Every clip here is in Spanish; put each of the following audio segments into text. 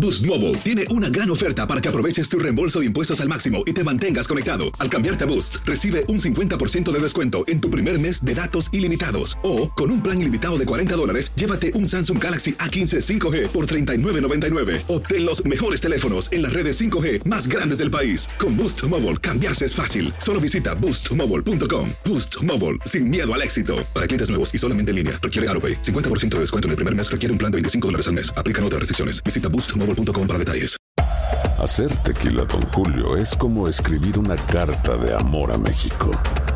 Boost Mobile tiene una gran oferta para que aproveches tu reembolso de impuestos al máximo y te mantengas conectado. Al cambiarte a Boost, recibe un 50% de descuento en tu primer mes de datos ilimitados. O, con un plan ilimitado de $40, llévate un Samsung Galaxy A15 5G por $39.99. Obtén los mejores teléfonos en las redes 5G más grandes del país. Con Boost Mobile, cambiarse es fácil. Solo visita boostmobile.com. Boost Mobile, sin miedo al éxito. Para clientes nuevos y solamente en línea, requiere AroPay. 50% de descuento en el primer mes requiere un plan de $25 al mes. Aplican otras restricciones. Visita boostmobile.com para detalles. Hacer tequila Don Julio es como escribir una carta de amor a México.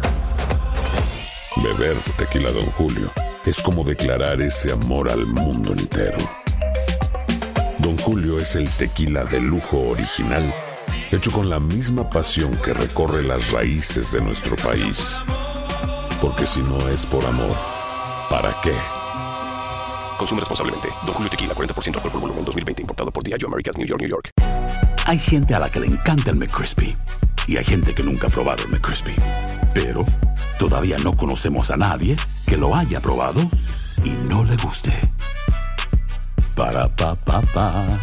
Beber tequila Don Julio es como declarar ese amor al mundo entero. Don Julio es el tequila de lujo original, hecho con la misma pasión que recorre las raíces de nuestro país. Porque si no es por amor, ¿para qué? Consume responsablemente. Don Julio Tequila, 40% alcohol por volumen, 2020. Importado por Diageo Americas, New York, New York. Hay gente a la que le encanta el McCrispy y hay gente que nunca ha probado el McCrispy. Pero todavía no conocemos a nadie que lo haya probado y no le guste. Para, pa, pa, pa.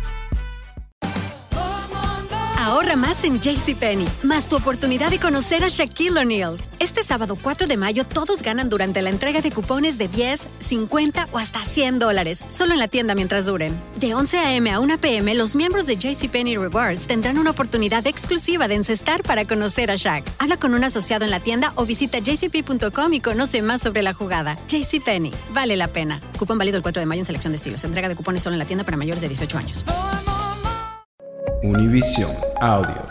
Ahorra más en JCPenney, más tu oportunidad de conocer a Shaquille O'Neal. Este sábado 4 de mayo todos ganan durante la entrega de cupones de $10, $50 o hasta $100, solo en la tienda mientras duren. De 11 a.m. a 1 p.m., los miembros de JCPenney Rewards tendrán una oportunidad exclusiva de encestar para conocer a Shaq. Habla con un asociado en la tienda o visita jcp.com y conoce más sobre la jugada. JCPenney, vale la pena. Cupón válido el 4 de mayo en selección de estilos. Entrega de cupones solo en la tienda para mayores de 18 años. Univision Audio.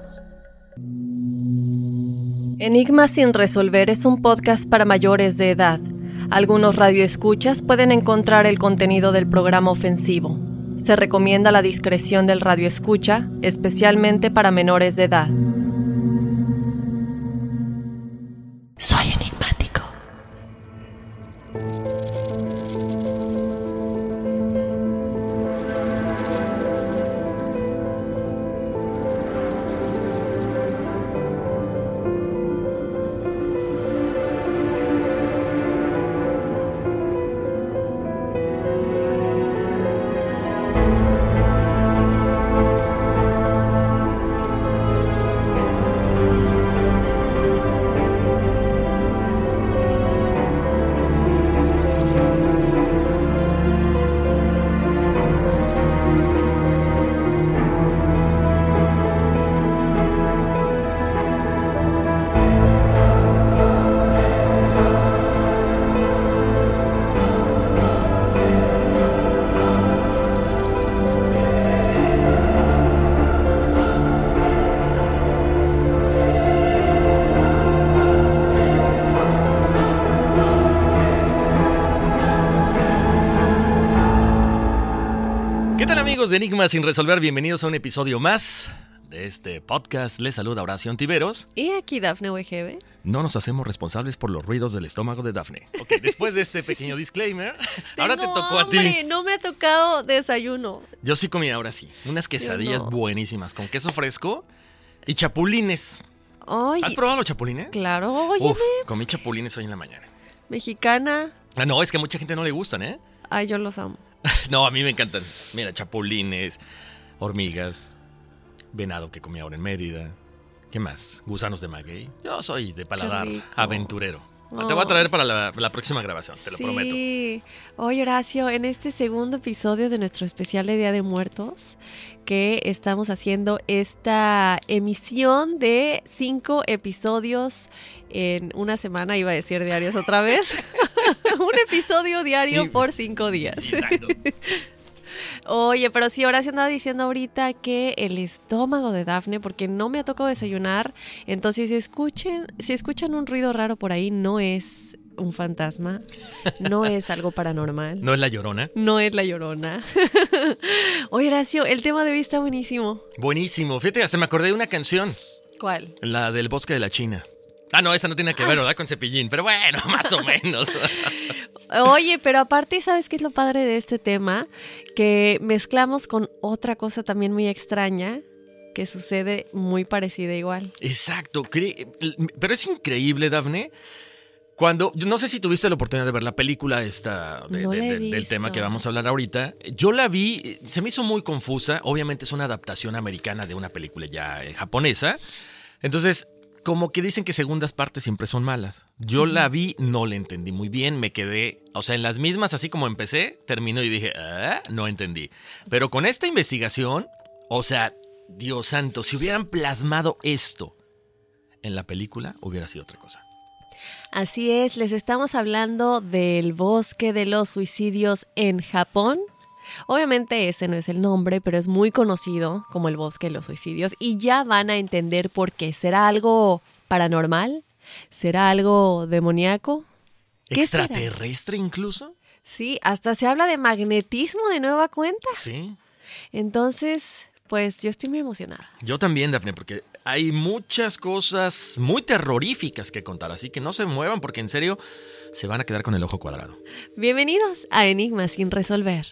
Enigma sin resolver es un podcast para mayores de edad. Algunos radioescuchas pueden encontrar el contenido del programa ofensivo. Se recomienda la discreción del radioescucha, especialmente para menores de edad. Soy enigmático. De Enigmas sin resolver, bienvenidos a un episodio más de este podcast. Les saluda Horacio Ontiveros. Y aquí Dafne Wegebe. No nos hacemos responsables por los ruidos del estómago de Dafne. Ok, después de este pequeño disclaimer, ahora te tocó a ti. No me ha tocado desayuno. Yo sí comí ahora sí. Unas quesadillas buenísimas con queso fresco y chapulines. Oye, ¿Has probado los chapulines? Claro, oye. Comí chapulines hoy en la mañana. Mexicana. Ah, no, es que a mucha gente no le gustan, ¿eh? Ay, yo los amo. No, a mí me encantan. Mira, chapulines, hormigas, venado que comí ahora en Mérida. ¿Qué más? Gusanos de maguey. Yo soy de paladar aventurero. Te voy a traer para la próxima grabación, te lo prometo. Sí. Oye, Horacio, en este segundo episodio de nuestro especial de Día de Muertos, que estamos haciendo esta emisión de 5 episodios en una semana, iba a decir diarios otra vez. Un episodio diario por 5 días. Sí, exacto. Oye, pero sí, Horacio andaba diciendo ahorita que el estómago de Dafne, porque no me ha tocado desayunar, entonces si escuchan un ruido raro por ahí, no es un fantasma, no es algo paranormal. ¿No es la Llorona? No es la Llorona. Oye, Horacio, el tema de hoy está buenísimo. Buenísimo. Fíjate, hasta me acordé de una canción. ¿Cuál? La del Bosque de la China. Ah, no, esa no tiene que ver, ¿verdad? Con Cepillín, pero bueno, más o menos. Oye, pero aparte, ¿sabes qué es lo padre de este tema? Que mezclamos con otra cosa también muy extraña que sucede muy parecida igual. Exacto. Pero es increíble, Dafne, Yo no sé si tuviste la oportunidad de ver la película esta del tema que vamos a hablar ahorita. Yo la vi, se me hizo muy confusa. Obviamente es una adaptación americana de una película ya japonesa. Entonces, como que dicen que segundas partes siempre son malas. Yo la vi, no la entendí muy bien, me quedé, o sea, en las mismas, así como empecé, terminó y dije, no entendí. Pero con esta investigación, o sea, Dios santo, si hubieran plasmado esto en la película, hubiera sido otra cosa. Así es, les estamos hablando del bosque de los suicidios en Japón. Obviamente ese no es el nombre, pero es muy conocido como el bosque de los suicidios y ya van a entender por qué. ¿Será algo paranormal? ¿Será algo demoníaco? ¿Extraterrestre incluso? Sí, hasta se habla de magnetismo de nueva cuenta. Sí. Entonces, pues yo estoy muy emocionada. Yo también, Dafne, porque hay muchas cosas muy terroríficas que contar, así que no se muevan porque en serio se van a quedar con el ojo cuadrado. Bienvenidos a Enigmas sin resolver.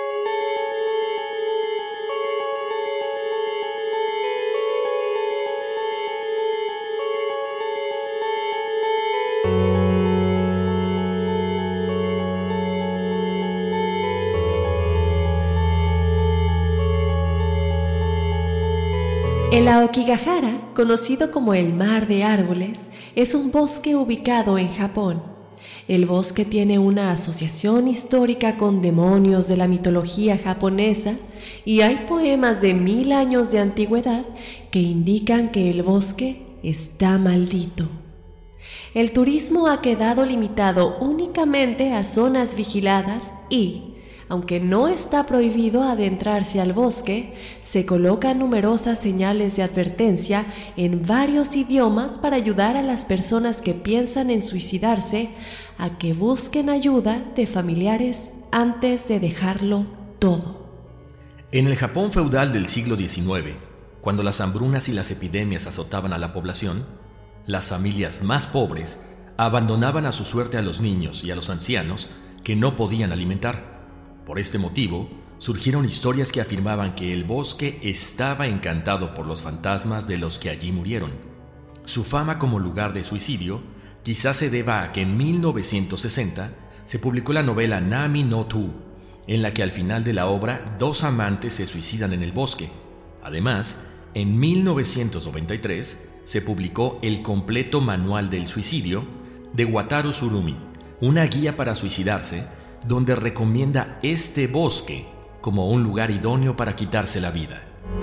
El Aokigahara, conocido como el Mar de Árboles, es un bosque ubicado en Japón. El bosque tiene una asociación histórica con demonios de la mitología japonesa y hay poemas de 1000 años de antigüedad que indican que el bosque está maldito. El turismo ha quedado limitado únicamente a zonas vigiladas y, aunque no está prohibido adentrarse al bosque, se colocan numerosas señales de advertencia en varios idiomas para ayudar a las personas que piensan en suicidarse a que busquen ayuda de familiares antes de dejarlo todo. En el Japón feudal del siglo XIX, cuando las hambrunas y las epidemias azotaban a la población, las familias más pobres abandonaban a su suerte a los niños y a los ancianos que no podían alimentar. Por este motivo, surgieron historias que afirmaban que el bosque estaba encantado por los fantasmas de los que allí murieron. Su fama como lugar de suicidio quizás se deba a que en 1960 se publicó la novela Nami no Tu, en la que al final de la obra 2 amantes se suicidan en el bosque. Además, en 1993 se publicó el completo Manual del Suicidio de Wataru Tsurumi, una guía para suicidarse, donde recomienda este bosque como un lugar idóneo para quitarse la vida.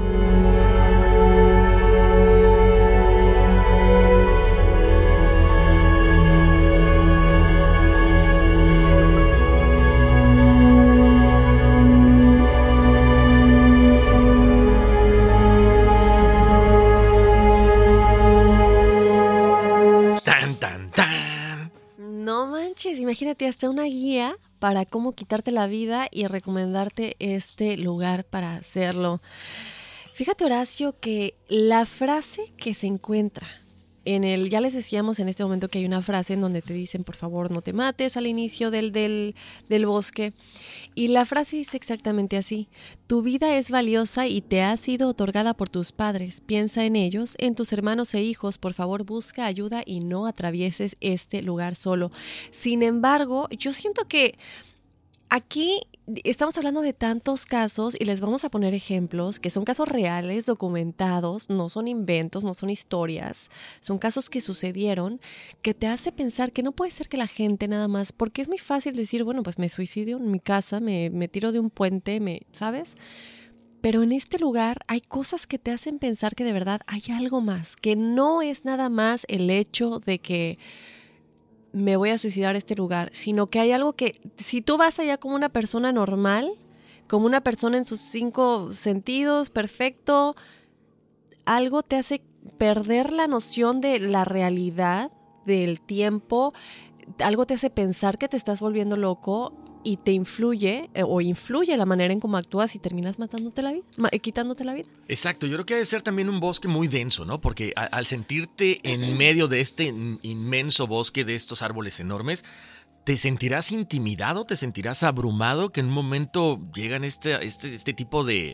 ¡Tan, tan, tan! No manches, imagínate hasta una guía para cómo quitarte la vida y recomendarte este lugar para hacerlo. Fíjate, Horacio, que la frase que se encuentra ya les decíamos en este momento que hay una frase en donde te dicen, por favor, no te mates al inicio del bosque. Y la frase dice exactamente así: tu vida es valiosa y te ha sido otorgada por tus padres. Piensa en ellos, en tus hermanos e hijos. Por favor, busca ayuda y no atravieses este lugar solo. Sin embargo, yo siento que aquí estamos hablando de tantos casos y les vamos a poner ejemplos que son casos reales, documentados, no son inventos, no son historias, son casos que sucedieron, que te hace pensar que no puede ser que la gente nada más, porque es muy fácil decir, bueno, pues me suicidio en mi casa, me tiro de un puente, ¿sabes? Pero en este lugar hay cosas que te hacen pensar que de verdad hay algo más, que no es nada más el hecho de que me voy a suicidar a este lugar, sino que hay algo que, si tú vas allá como una persona normal, como una persona en sus 5 sentidos, perfecto, algo te hace perder la noción de la realidad, del tiempo, algo te hace pensar que te estás volviendo loco y te influye la manera en cómo actúas y terminas matándote la vida, quitándote la vida. Exacto, yo creo que debe ser también un bosque muy denso, ¿no? Porque al sentirte en medio de este inmenso bosque, de estos árboles enormes, te sentirás intimidado, te sentirás abrumado, que en un momento llegan este tipo de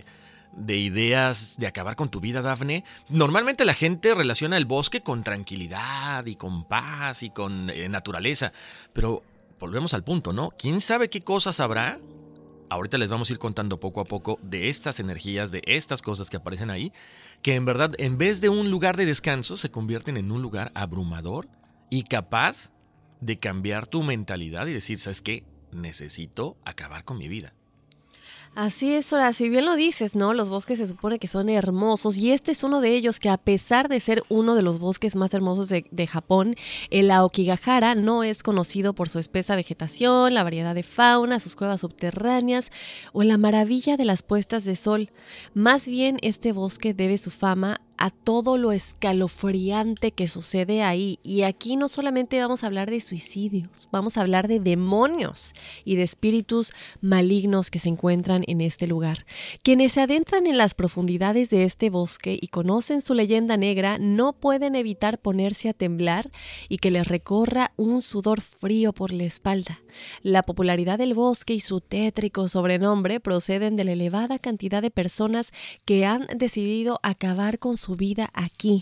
de ideas de acabar con tu vida, Dafne. Normalmente la gente relaciona el bosque con tranquilidad y con paz y con naturaleza, pero volvemos al punto, ¿no? ¿Quién sabe qué cosas habrá? Ahorita les vamos a ir contando poco a poco de estas energías, de estas cosas que aparecen ahí, que en verdad, en vez de un lugar de descanso, se convierten en un lugar abrumador y capaz de cambiar tu mentalidad y decir, ¿sabes qué? Necesito acabar con mi vida. Así es, Horacio, y bien lo dices, ¿no? Los bosques se supone que son hermosos y este es uno de ellos que, a pesar de ser uno de los bosques más hermosos de Japón, el Aokigahara no es conocido por su espesa vegetación, la variedad de fauna, sus cuevas subterráneas o la maravilla de las puestas de sol. Más bien, este bosque debe su fama a todo lo escalofriante que sucede ahí. Y aquí no solamente vamos a hablar de suicidios, vamos a hablar de demonios y de espíritus malignos que se encuentran en este lugar. Quienes se adentran en las profundidades de este bosque y conocen su leyenda negra no pueden evitar ponerse a temblar y que les recorra un sudor frío por la espalda. La popularidad del bosque y su tétrico sobrenombre proceden de la elevada cantidad de personas que han decidido acabar con su vida aquí.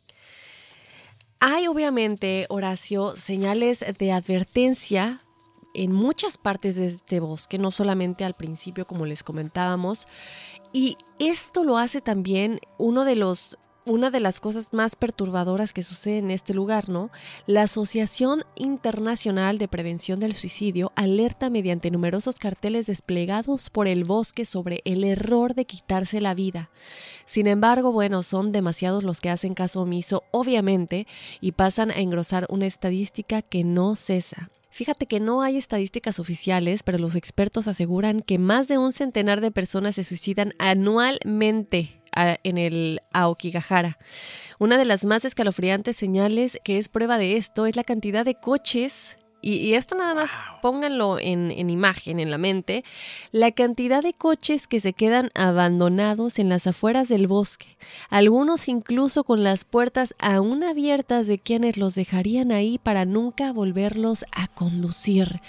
Hay obviamente, Horacio, señales de advertencia en muchas partes de este bosque, no solamente al principio como les comentábamos, y esto lo hace también una de las cosas más perturbadoras que sucede en este lugar, ¿no? La Asociación Internacional de Prevención del Suicidio alerta mediante numerosos carteles desplegados por el bosque sobre el error de quitarse la vida. Sin embargo, bueno, son demasiados los que hacen caso omiso, obviamente, y pasan a engrosar una estadística que no cesa. Fíjate que no hay estadísticas oficiales, pero los expertos aseguran que más de 100 de personas se suicidan anualmente en el Aokigahara. Una de las más escalofriantes señales que es prueba de esto es la cantidad de coches, y esto nada más pónganlo en imagen, en la mente, la cantidad de coches que se quedan abandonados en las afueras del bosque, algunos incluso con las puertas aún abiertas de quienes los dejarían ahí para nunca volverlos a conducir.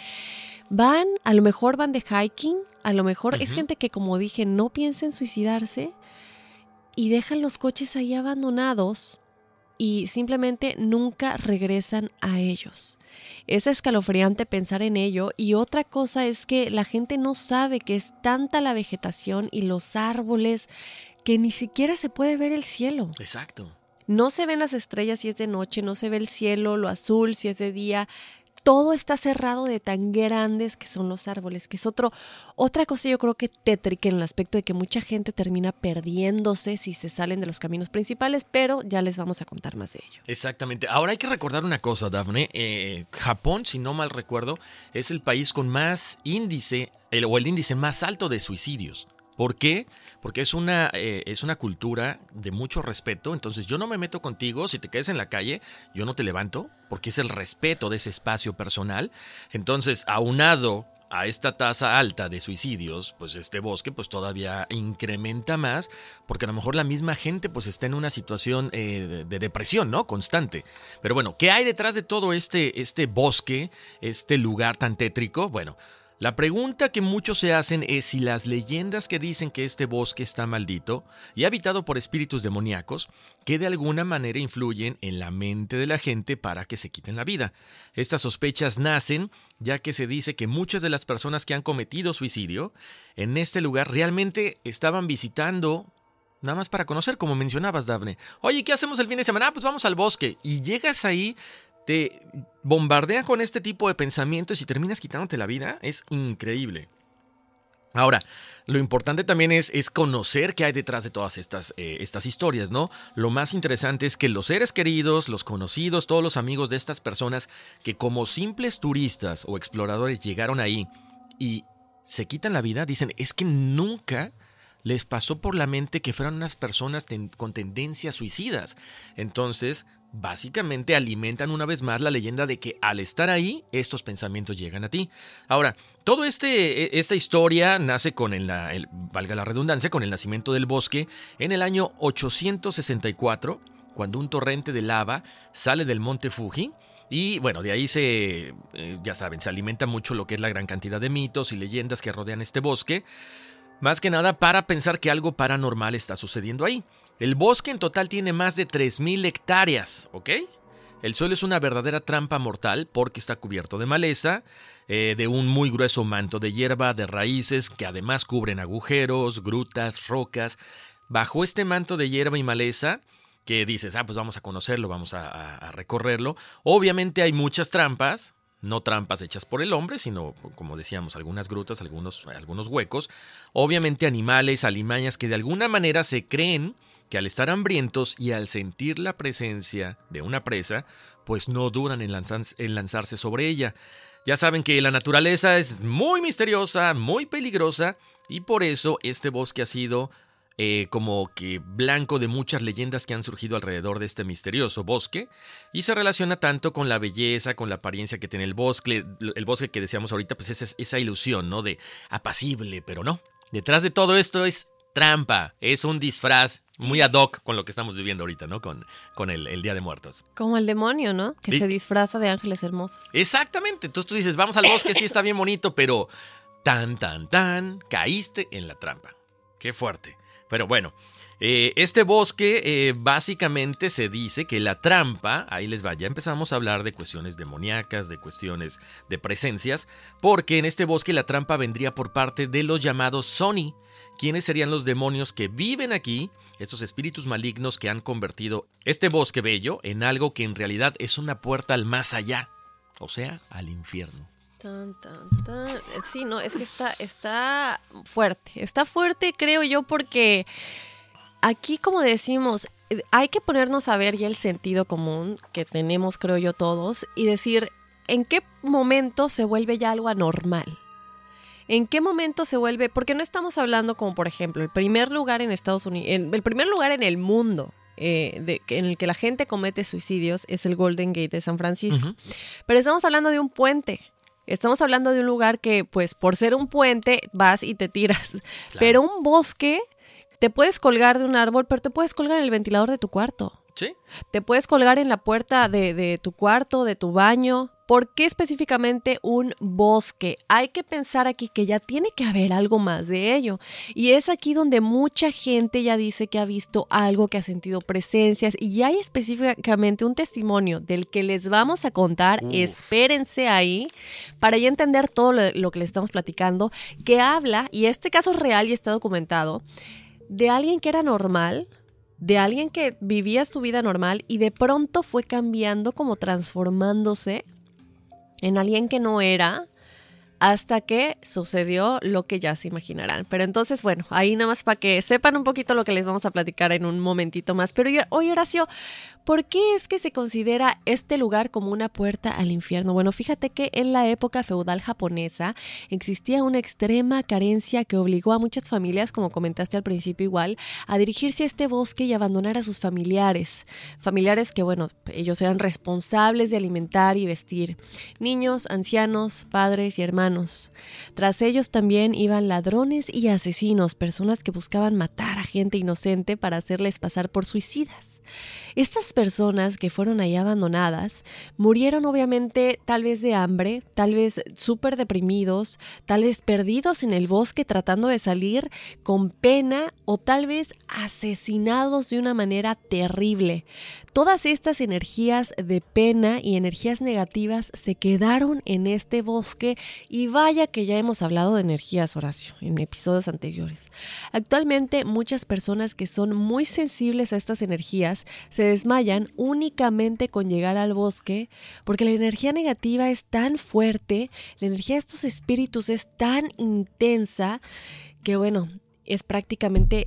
A lo mejor van de hiking, a lo mejor es gente que, como dije, no piensa en suicidarse, y dejan los coches ahí abandonados y simplemente nunca regresan a ellos. Es escalofriante pensar en ello, y otra cosa es que la gente no sabe que es tanta la vegetación y los árboles que ni siquiera se puede ver el cielo. Exacto. No se ven las estrellas si es de noche, no se ve el cielo, lo azul si es de día. Todo está cerrado de tan grandes que son los árboles, que es otra cosa yo creo que tétrica, en el aspecto de que mucha gente termina perdiéndose si se salen de los caminos principales, pero ya les vamos a contar más de ello. Exactamente. Ahora hay que recordar una cosa, Dafne. Japón, si no mal recuerdo, es el país con más índice, o el índice más alto de suicidios. ¿Por qué? Porque es una cultura de mucho respeto. Entonces yo no me meto contigo. Si te quedas en la calle, yo no te levanto, porque es el respeto de ese espacio personal. Entonces, aunado a esta tasa alta de suicidios, pues este bosque pues todavía incrementa más, porque a lo mejor la misma gente pues está en una situación de depresión, ¿no? Constante. Pero bueno, ¿qué hay detrás de todo este bosque, este lugar tan tétrico? Bueno, la pregunta que muchos se hacen es si las leyendas que dicen que este bosque está maldito y habitado por espíritus demoníacos, que de alguna manera influyen en la mente de la gente para que se quiten la vida. Estas sospechas nacen ya que se dice que muchas de las personas que han cometido suicidio en este lugar realmente estaban visitando nada más para conocer, como mencionabas, Dafne. Oye, ¿qué hacemos el fin de semana? Pues vamos al bosque. Y llegas ahí, te bombardean con este tipo de pensamientos y terminas quitándote la vida. Es increíble. Ahora, lo importante también es conocer qué hay detrás de todas estas historias, ¿no? Lo más interesante es que los seres queridos, los conocidos, todos los amigos de estas personas que como simples turistas o exploradores llegaron ahí y se quitan la vida, dicen, es que nunca les pasó por la mente que fueran unas personas con tendencias suicidas. Entonces, básicamente alimentan una vez más la leyenda de que al estar ahí, estos pensamientos llegan a ti. Ahora, toda esta historia nace con valga la redundancia, con el nacimiento del bosque en el año 864, cuando un torrente de lava sale del monte Fuji. Y bueno, de ahí ya saben, se alimenta mucho lo que es la gran cantidad de mitos y leyendas que rodean este bosque. más que nada para pensar que algo paranormal está sucediendo ahí. El bosque en total tiene más de 3,000 hectáreas, ¿ok? El suelo es una verdadera trampa mortal porque está cubierto de maleza, de un muy grueso manto de hierba, de raíces que además cubren agujeros, grutas, rocas. Bajo este manto de hierba y maleza, que dices, pues vamos a conocerlo, vamos a recorrerlo, obviamente hay muchas trampas, no trampas hechas por el hombre, sino, como decíamos, algunas grutas, algunos huecos, obviamente animales, alimañas que de alguna manera se creen que al estar hambrientos y al sentir la presencia de una presa, pues no duran en lanzarse sobre ella. Ya saben que la naturaleza es muy misteriosa, muy peligrosa, y por eso este bosque ha sido como que blanco de muchas leyendas que han surgido alrededor de este misterioso bosque, y se relaciona tanto con la belleza, con la apariencia que tiene el bosque que decíamos ahorita, pues esa ilusión, ¿no? De apacible, pero no. Detrás de todo esto es trampa, es un disfraz muy ad hoc con lo que estamos viviendo ahorita, ¿no? Con el Día de Muertos. Como el demonio, ¿no? Que se disfraza de ángeles hermosos. Exactamente. Entonces tú dices, vamos al bosque, sí está bien bonito, pero caíste en la trampa. Qué fuerte. Pero bueno, este bosque básicamente se dice que la trampa, ahí les va, ya empezamos a hablar de cuestiones demoníacas, de cuestiones de presencias, porque en este bosque la trampa vendría por parte de los llamados Soni, quienes serían los demonios que viven aquí, estos espíritus malignos que han convertido este bosque bello en algo que en realidad es una puerta al más allá, o sea, al infierno. Sí, no, es que está fuerte, creo yo, porque aquí, como decimos, hay que ponernos a ver ya el sentido común que tenemos, creo yo, todos, y decir, ¿en qué momento se vuelve ya algo anormal? ¿En qué momento se vuelve? Porque no estamos hablando como, por ejemplo, el primer lugar en Estados Unidos, el primer lugar en el mundo en el que la gente comete suicidios es el Golden Gate de San Francisco. Uh-huh. Pero estamos hablando de un puente. Estamos hablando de un lugar que, pues, por ser un puente, vas y te tiras. Claro. Pero un bosque, te puedes colgar de un árbol, pero te puedes colgar en el ventilador de tu cuarto. ¿Sí? Te puedes colgar en la puerta de tu cuarto, de tu baño. ¿Por qué específicamente un bosque? Hay que pensar aquí que ya tiene que haber algo más de ello. Y es aquí donde mucha gente ya dice que ha visto algo, que ha sentido presencias. Y ya hay específicamente un testimonio del que les vamos a contar. Espérense ahí para ya entender todo lo que les estamos platicando. Que habla, y este caso es real y está documentado, de alguien que era normal, de alguien que vivía su vida normal y de pronto fue cambiando, como transformándose en alguien que no era, hasta que sucedió lo que ya se imaginarán. Pero entonces, bueno, ahí nada más para que sepan un poquito lo que les vamos a platicar en un momentito más. Pero oye, Horacio, ¿por qué es que se considera este lugar como una puerta al infierno? Bueno, fíjate que en la época feudal japonesa existía una extrema carencia que obligó a muchas familias, como comentaste al principio igual, a dirigirse a este bosque y abandonar a sus familiares. Familiares que, bueno, ellos eran responsables de alimentar y vestir. Niños, ancianos, padres y hermanos. Tras ellos también iban ladrones y asesinos, personas que buscaban matar a gente inocente para hacerles pasar por suicidas. Estas personas que fueron ahí abandonadas murieron obviamente tal vez de hambre, tal vez súper deprimidos, tal vez perdidos en el bosque tratando de salir con pena o tal vez asesinados de una manera terrible. Todas estas energías de pena y energías negativas se quedaron en este bosque y vaya que ya hemos hablado de energías, Horacio, en episodios anteriores. Actualmente muchas personas que son muy sensibles a estas energías se desmayan únicamente con llegar al bosque porque la energía negativa es tan fuerte, la energía de estos espíritus es tan intensa que bueno, es prácticamente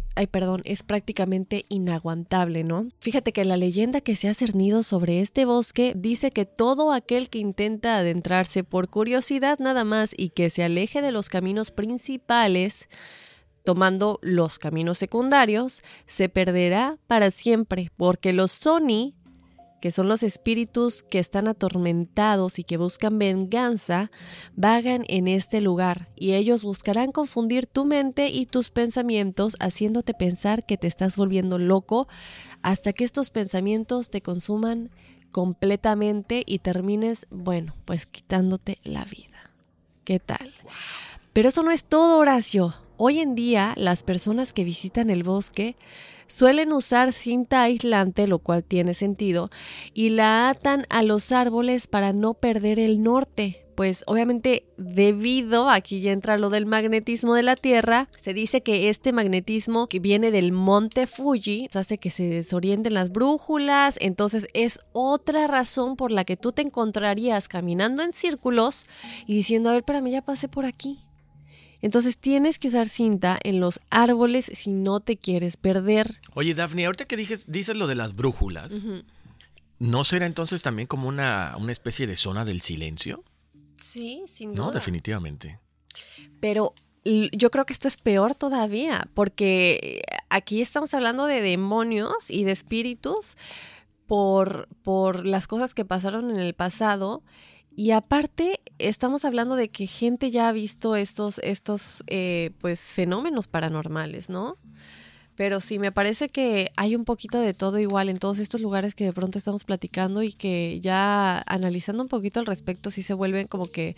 inaguantable, ¿no? Fíjate que la leyenda que se ha cernido sobre este bosque dice que todo aquel que intenta adentrarse por curiosidad nada más y que se aleje de los caminos principales, tomando los caminos secundarios, se perderá para siempre, porque los Soni, que son los espíritus que están atormentados y que buscan venganza, vagan en este lugar y ellos buscarán confundir tu mente y tus pensamientos, haciéndote pensar que te estás volviendo loco hasta que estos pensamientos te consuman completamente y termines, bueno, pues quitándote la vida. ¿Qué tal? Pero eso no es todo, Horacio. hoy en día las personas que visitan el bosque suelen usar cinta aislante, lo cual tiene sentido, y la atan a los árboles para no perder el norte. Pues obviamente debido, aquí ya entra lo del magnetismo de la Tierra, se dice que este magnetismo que viene del monte Fuji hace que se desorienten las brújulas, entonces es otra razón por la que tú te encontrarías caminando en círculos y diciendo, a ver, espérame, ya pasé por aquí. Entonces tienes que usar cinta en los árboles si no te quieres perder. Oye, Daphne, ahorita que dices lo de las brújulas, ¿no será entonces también como una especie de zona del silencio? Sí, sin duda. No, definitivamente. Pero yo creo que esto es peor todavía, porque aquí estamos hablando de demonios y de espíritus por las cosas que pasaron en el pasado. Y aparte, estamos hablando de que gente ya ha visto estos pues fenómenos paranormales, ¿no? Pero sí, me parece que hay un poquito de todo igual en todos estos lugares que de pronto estamos platicando y que ya analizando un poquito al respecto sí se vuelven como que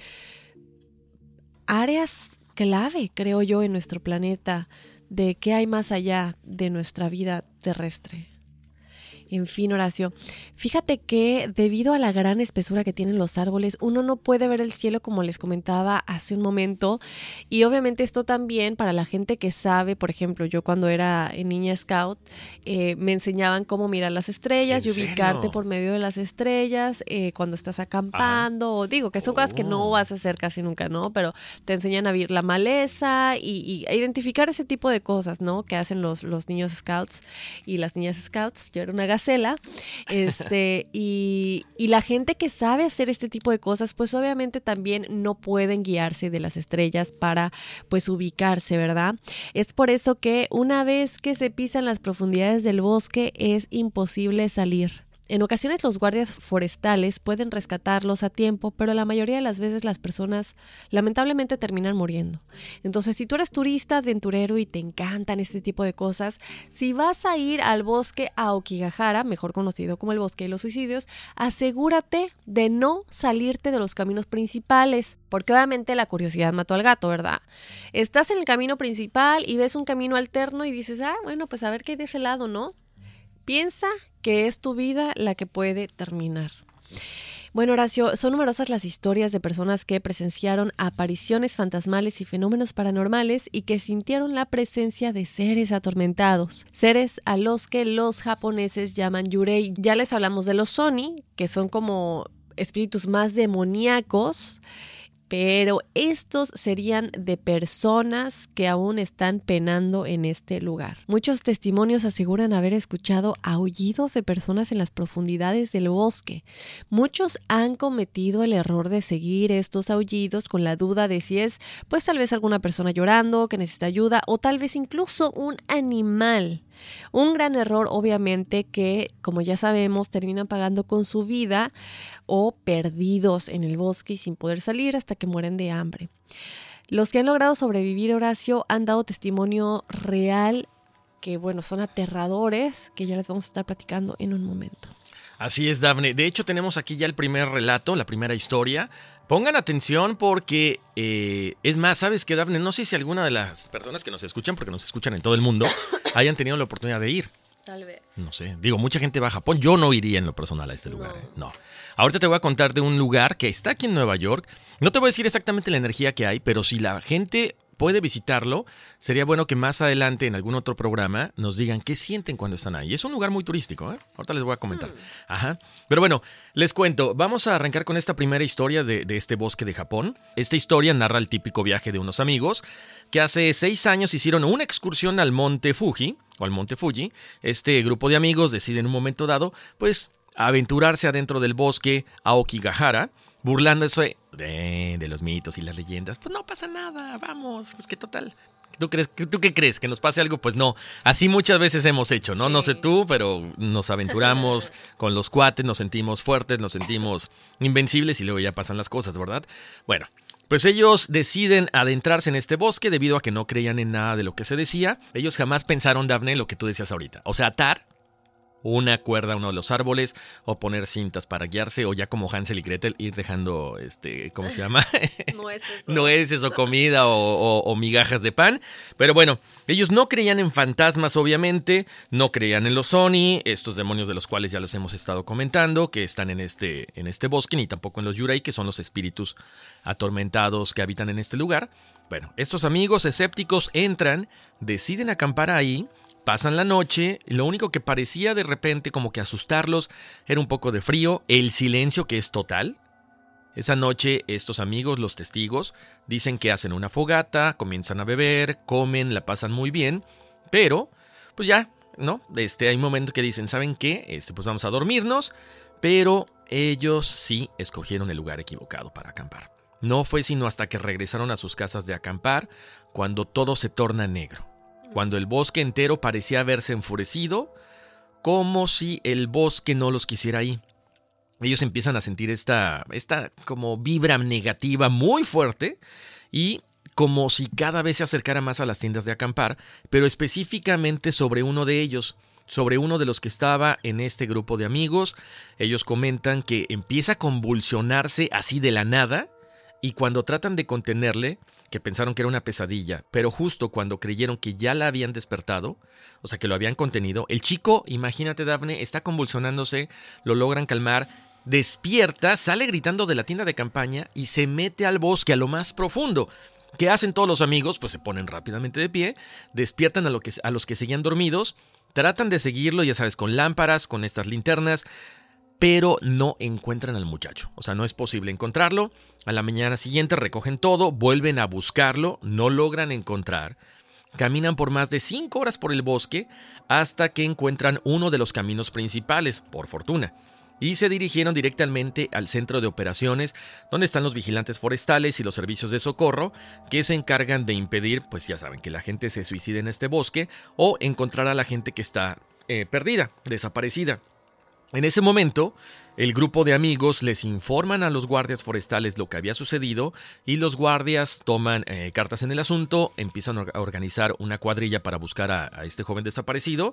áreas clave, creo yo, en nuestro planeta de qué hay más allá de nuestra vida terrestre. En fin, Horacio, fíjate que debido a la gran espesura que tienen los árboles, uno no puede ver el cielo como les comentaba hace un momento, y obviamente esto también para la gente que sabe, por ejemplo, yo cuando era niña scout, me enseñaban cómo mirar las estrellas y ubicarte por medio de las estrellas cuando estás acampando, o digo que son cosas que no vas a hacer casi nunca, ¿no? Pero te enseñan a ver la maleza y a identificar ese tipo de cosas, ¿no? Que hacen los niños scouts y las niñas scouts. Yo era una gacela, y la gente que sabe hacer este tipo de cosas, pues obviamente también no pueden guiarse de las estrellas para pues ubicarse, ¿verdad? Es por eso que una vez que se pisan las profundidades del bosque es imposible salir. En ocasiones los guardias forestales pueden rescatarlos a tiempo, pero la mayoría de las veces las personas lamentablemente terminan muriendo. Entonces, si tú eres turista, aventurero y te encantan este tipo de cosas, si vas a ir al bosque Aokigahara, mejor conocido como el bosque de los suicidios, asegúrate de no salirte de los caminos principales, porque obviamente la curiosidad mató al gato, ¿verdad? Estás en el camino principal y ves un camino alterno y dices, bueno, pues a ver qué hay de ese lado, ¿no? Piensa que es tu vida la que puede terminar. Bueno, Horacio, son numerosas las historias de personas que presenciaron apariciones fantasmales y fenómenos paranormales y que sintieron la presencia de seres atormentados, seres a los que los japoneses llaman yurei. Ya les hablamos de los oni, que son como espíritus más demoníacos, pero estos serían de personas que aún están penando en este lugar. Muchos testimonios aseguran haber escuchado aullidos de personas en las profundidades del bosque. Muchos han cometido el error de seguir estos aullidos con la duda de si es, pues tal vez alguna persona llorando que necesita ayuda o tal vez incluso un animal. Un gran error, obviamente, que, como ya sabemos, terminan pagando con su vida o perdidos en el bosque y sin poder salir hasta que mueren de hambre. Los que han logrado sobrevivir, Horacio, han dado testimonio real que, bueno, son aterradores, que ya les vamos a estar platicando en un momento. Así es, Daphne. De hecho, tenemos aquí ya el primer relato, la primera historia. Pongan atención porque, es más, ¿sabes qué, Daphne? No sé si alguna de las personas que nos escuchan, porque nos escuchan en todo el mundo, hayan tenido la oportunidad de ir. Tal vez. No sé, digo, mucha gente va a Japón. Yo no iría en lo personal a este lugar. No. Ahorita te voy a contar de un lugar que está aquí en Nueva York. No te voy a decir exactamente la energía que hay, pero si la gente puede visitarlo, sería bueno que más adelante en algún otro programa nos digan qué sienten cuando están ahí. Es un lugar muy turístico, ¿eh? Ahorita les voy a comentar. Ajá. Pero bueno, les cuento. Vamos a arrancar con esta primera historia de este bosque de Japón. Esta historia narra el típico viaje de unos amigos que hace 6 años hicieron una excursión al monte Fuji, Este grupo de amigos decide en un momento dado, pues, aventurarse adentro del bosque Aokigahara, burlándose de los mitos y las leyendas. Pues no pasa nada, vamos, pues que total. ¿Tú qué crees? ¿Que nos pase algo? Pues no. Así muchas veces hemos hecho, ¿no? Sí. No sé tú, pero nos aventuramos con los cuates, nos sentimos fuertes, nos sentimos invencibles y luego ya pasan las cosas, ¿verdad? Bueno, pues ellos deciden adentrarse en este bosque debido a que no creían en nada de lo que se decía. Ellos jamás pensaron, Daphne, lo que tú decías ahorita. O sea, atar una cuerda a uno de los árboles, o poner cintas para guiarse, o ya como Hansel y Gretel ir dejando, ¿cómo se llama? Nueces o comida o migajas de pan. Pero bueno, ellos no creían en fantasmas, obviamente, no creían en los Oni, estos demonios de los cuales ya los hemos estado comentando, que están en este bosque, ni tampoco en los Yurei, que son los espíritus atormentados que habitan en este lugar. Bueno, estos amigos escépticos entran, deciden acampar ahí, pasan la noche, y lo único que parecía de repente como que asustarlos era un poco de frío, el silencio que es total. Esa noche estos amigos, los testigos, dicen que hacen una fogata, comienzan a beber, comen, la pasan muy bien, pero pues ya, ¿no? Hay un momento que dicen, ¿saben qué? Pues vamos a dormirnos, pero ellos sí escogieron el lugar equivocado para acampar. No fue sino hasta que regresaron a sus casas de acampar cuando todo se torna negro. Cuando el bosque entero parecía haberse enfurecido, como si el bosque no los quisiera ahí. Ellos empiezan a sentir esta como vibra negativa muy fuerte y como si cada vez se acercara más a las tiendas de acampar, pero específicamente sobre uno de ellos, sobre uno de los que estaba en este grupo de amigos. Ellos comentan que empieza a convulsionarse así de la nada, y cuando tratan de contenerle, que pensaron que era una pesadilla, pero justo cuando creyeron que ya la habían despertado, o sea que lo habían contenido, el chico, imagínate Dafne, está convulsionándose, lo logran calmar, despierta, sale gritando de la tienda de campaña y se mete al bosque, a lo más profundo. ¿Qué hacen todos los amigos? Pues se ponen rápidamente de pie, despiertan a los que seguían dormidos, tratan de seguirlo, ya sabes, con lámparas, con estas linternas, pero no encuentran al muchacho. O sea, no es posible encontrarlo. A la mañana siguiente recogen todo, vuelven a buscarlo, no logran encontrar. Caminan por más de 5 horas por el bosque hasta que encuentran uno de los caminos principales, por fortuna. Y se dirigieron directamente al centro de operaciones, donde están los vigilantes forestales y los servicios de socorro, que se encargan de impedir, pues ya saben, que la gente se suicide en este bosque o encontrar a la gente que está perdida, desaparecida. En ese momento, el grupo de amigos les informan a los guardias forestales lo que había sucedido y los guardias toman cartas en el asunto, empiezan a organizar una cuadrilla para buscar a este joven desaparecido.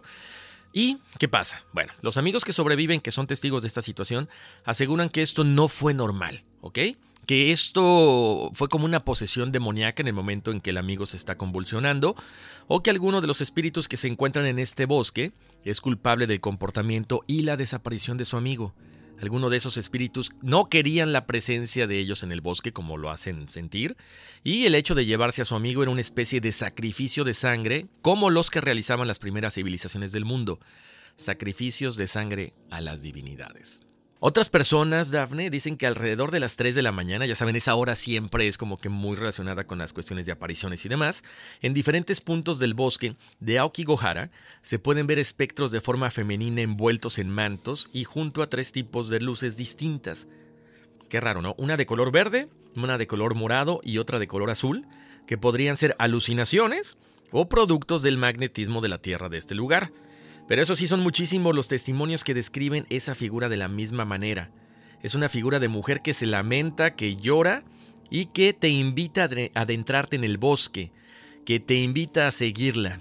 ¿Y qué pasa? Bueno, los amigos que sobreviven, que son testigos de esta situación, aseguran que esto no fue normal, ¿ok? Que esto fue como una posesión demoníaca en el momento en que el amigo se está convulsionando, o que alguno de los espíritus que se encuentran en este bosque es culpable del comportamiento y la desaparición de su amigo. Algunos de esos espíritus no querían la presencia de ellos en el bosque, como lo hacen sentir, y el hecho de llevarse a su amigo era una especie de sacrificio de sangre, como los que realizaban las primeras civilizaciones del mundo. Sacrificios de sangre a las divinidades. Otras personas, Dafne, dicen que alrededor de las 3 de la mañana, ya saben, esa hora siempre es como que muy relacionada con las cuestiones de apariciones y demás, en diferentes puntos del bosque de Aokigahara se pueden ver espectros de forma femenina envueltos en mantos y junto a 3 tipos de luces distintas. Qué raro, ¿no? Una de color verde, una de color morado y otra de color azul, que podrían ser alucinaciones o productos del magnetismo de la Tierra de este lugar. Pero eso sí, son muchísimos los testimonios que describen esa figura de la misma manera. Es una figura de mujer que se lamenta, que llora y que te invita a adentrarte en el bosque, que te invita a seguirla.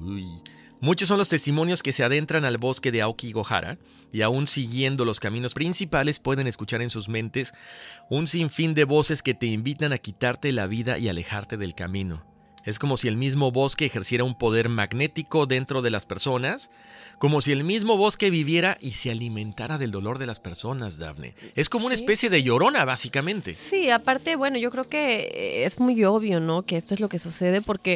Muchos son los testimonios que se adentran al bosque de Aokigahara y aún siguiendo los caminos principales pueden escuchar en sus mentes un sinfín de voces que te invitan a quitarte la vida y alejarte del camino. Es como si el mismo bosque ejerciera un poder magnético dentro de las personas, como si el mismo bosque viviera y se alimentara del dolor de las personas, Dafne. Es como una especie de llorona, básicamente. Sí, aparte, bueno, yo creo que es muy obvio, ¿no? Que esto es lo que sucede porque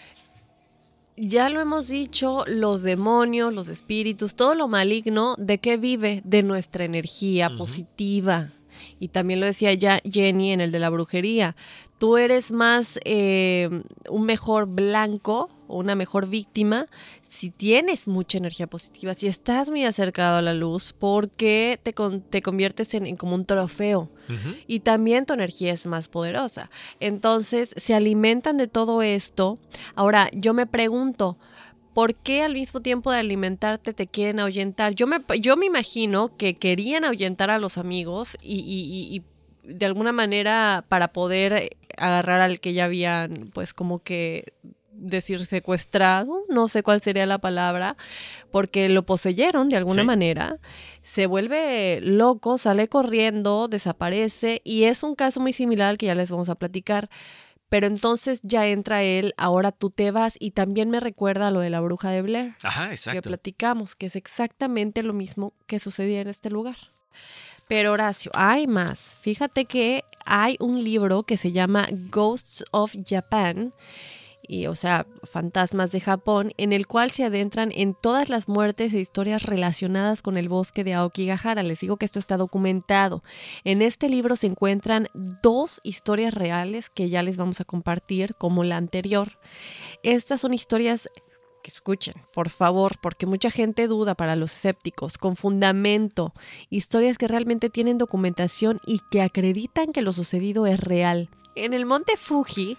ya lo hemos dicho, los demonios, los espíritus, todo lo maligno, ¿de qué vive? De nuestra energía positiva. Y también lo decía ya Jenny en el de la brujería. Tú eres más un mejor blanco o una mejor víctima si tienes mucha energía positiva, si estás muy acercado a la luz, porque te conviertes en como un trofeo. Y también tu energía es más poderosa. Entonces, se alimentan de todo esto. Ahora, yo me pregunto, ¿por qué al mismo tiempo de alimentarte te quieren ahuyentar? Yo me imagino que querían ahuyentar a los amigos y de alguna manera para poder agarrar al que ya habían, pues como que decir secuestrado, no sé cuál sería la palabra, porque lo poseyeron de alguna manera, se vuelve loco, sale corriendo, desaparece, y es un caso muy similar al que ya les vamos a platicar. Pero entonces ya entra él, ahora tú te vas, y también me recuerda a lo de la bruja de Blair. Ajá, exacto. Que platicamos, que es exactamente lo mismo que sucedía en este lugar. Pero Horacio, hay más. Fíjate que hay un libro que se llama Ghosts of Japan, y, o sea, fantasmas de Japón, en el cual se adentran en todas las muertes e historias relacionadas con el bosque de Aokigahara. Les digo que esto está documentado. En este libro se encuentran 2 historias reales que ya les vamos a compartir, como la anterior. Estas son historias que escuchen, por favor, porque mucha gente duda, para los escépticos, con fundamento, historias que realmente tienen documentación y que acreditan que lo sucedido es real. En el monte Fuji,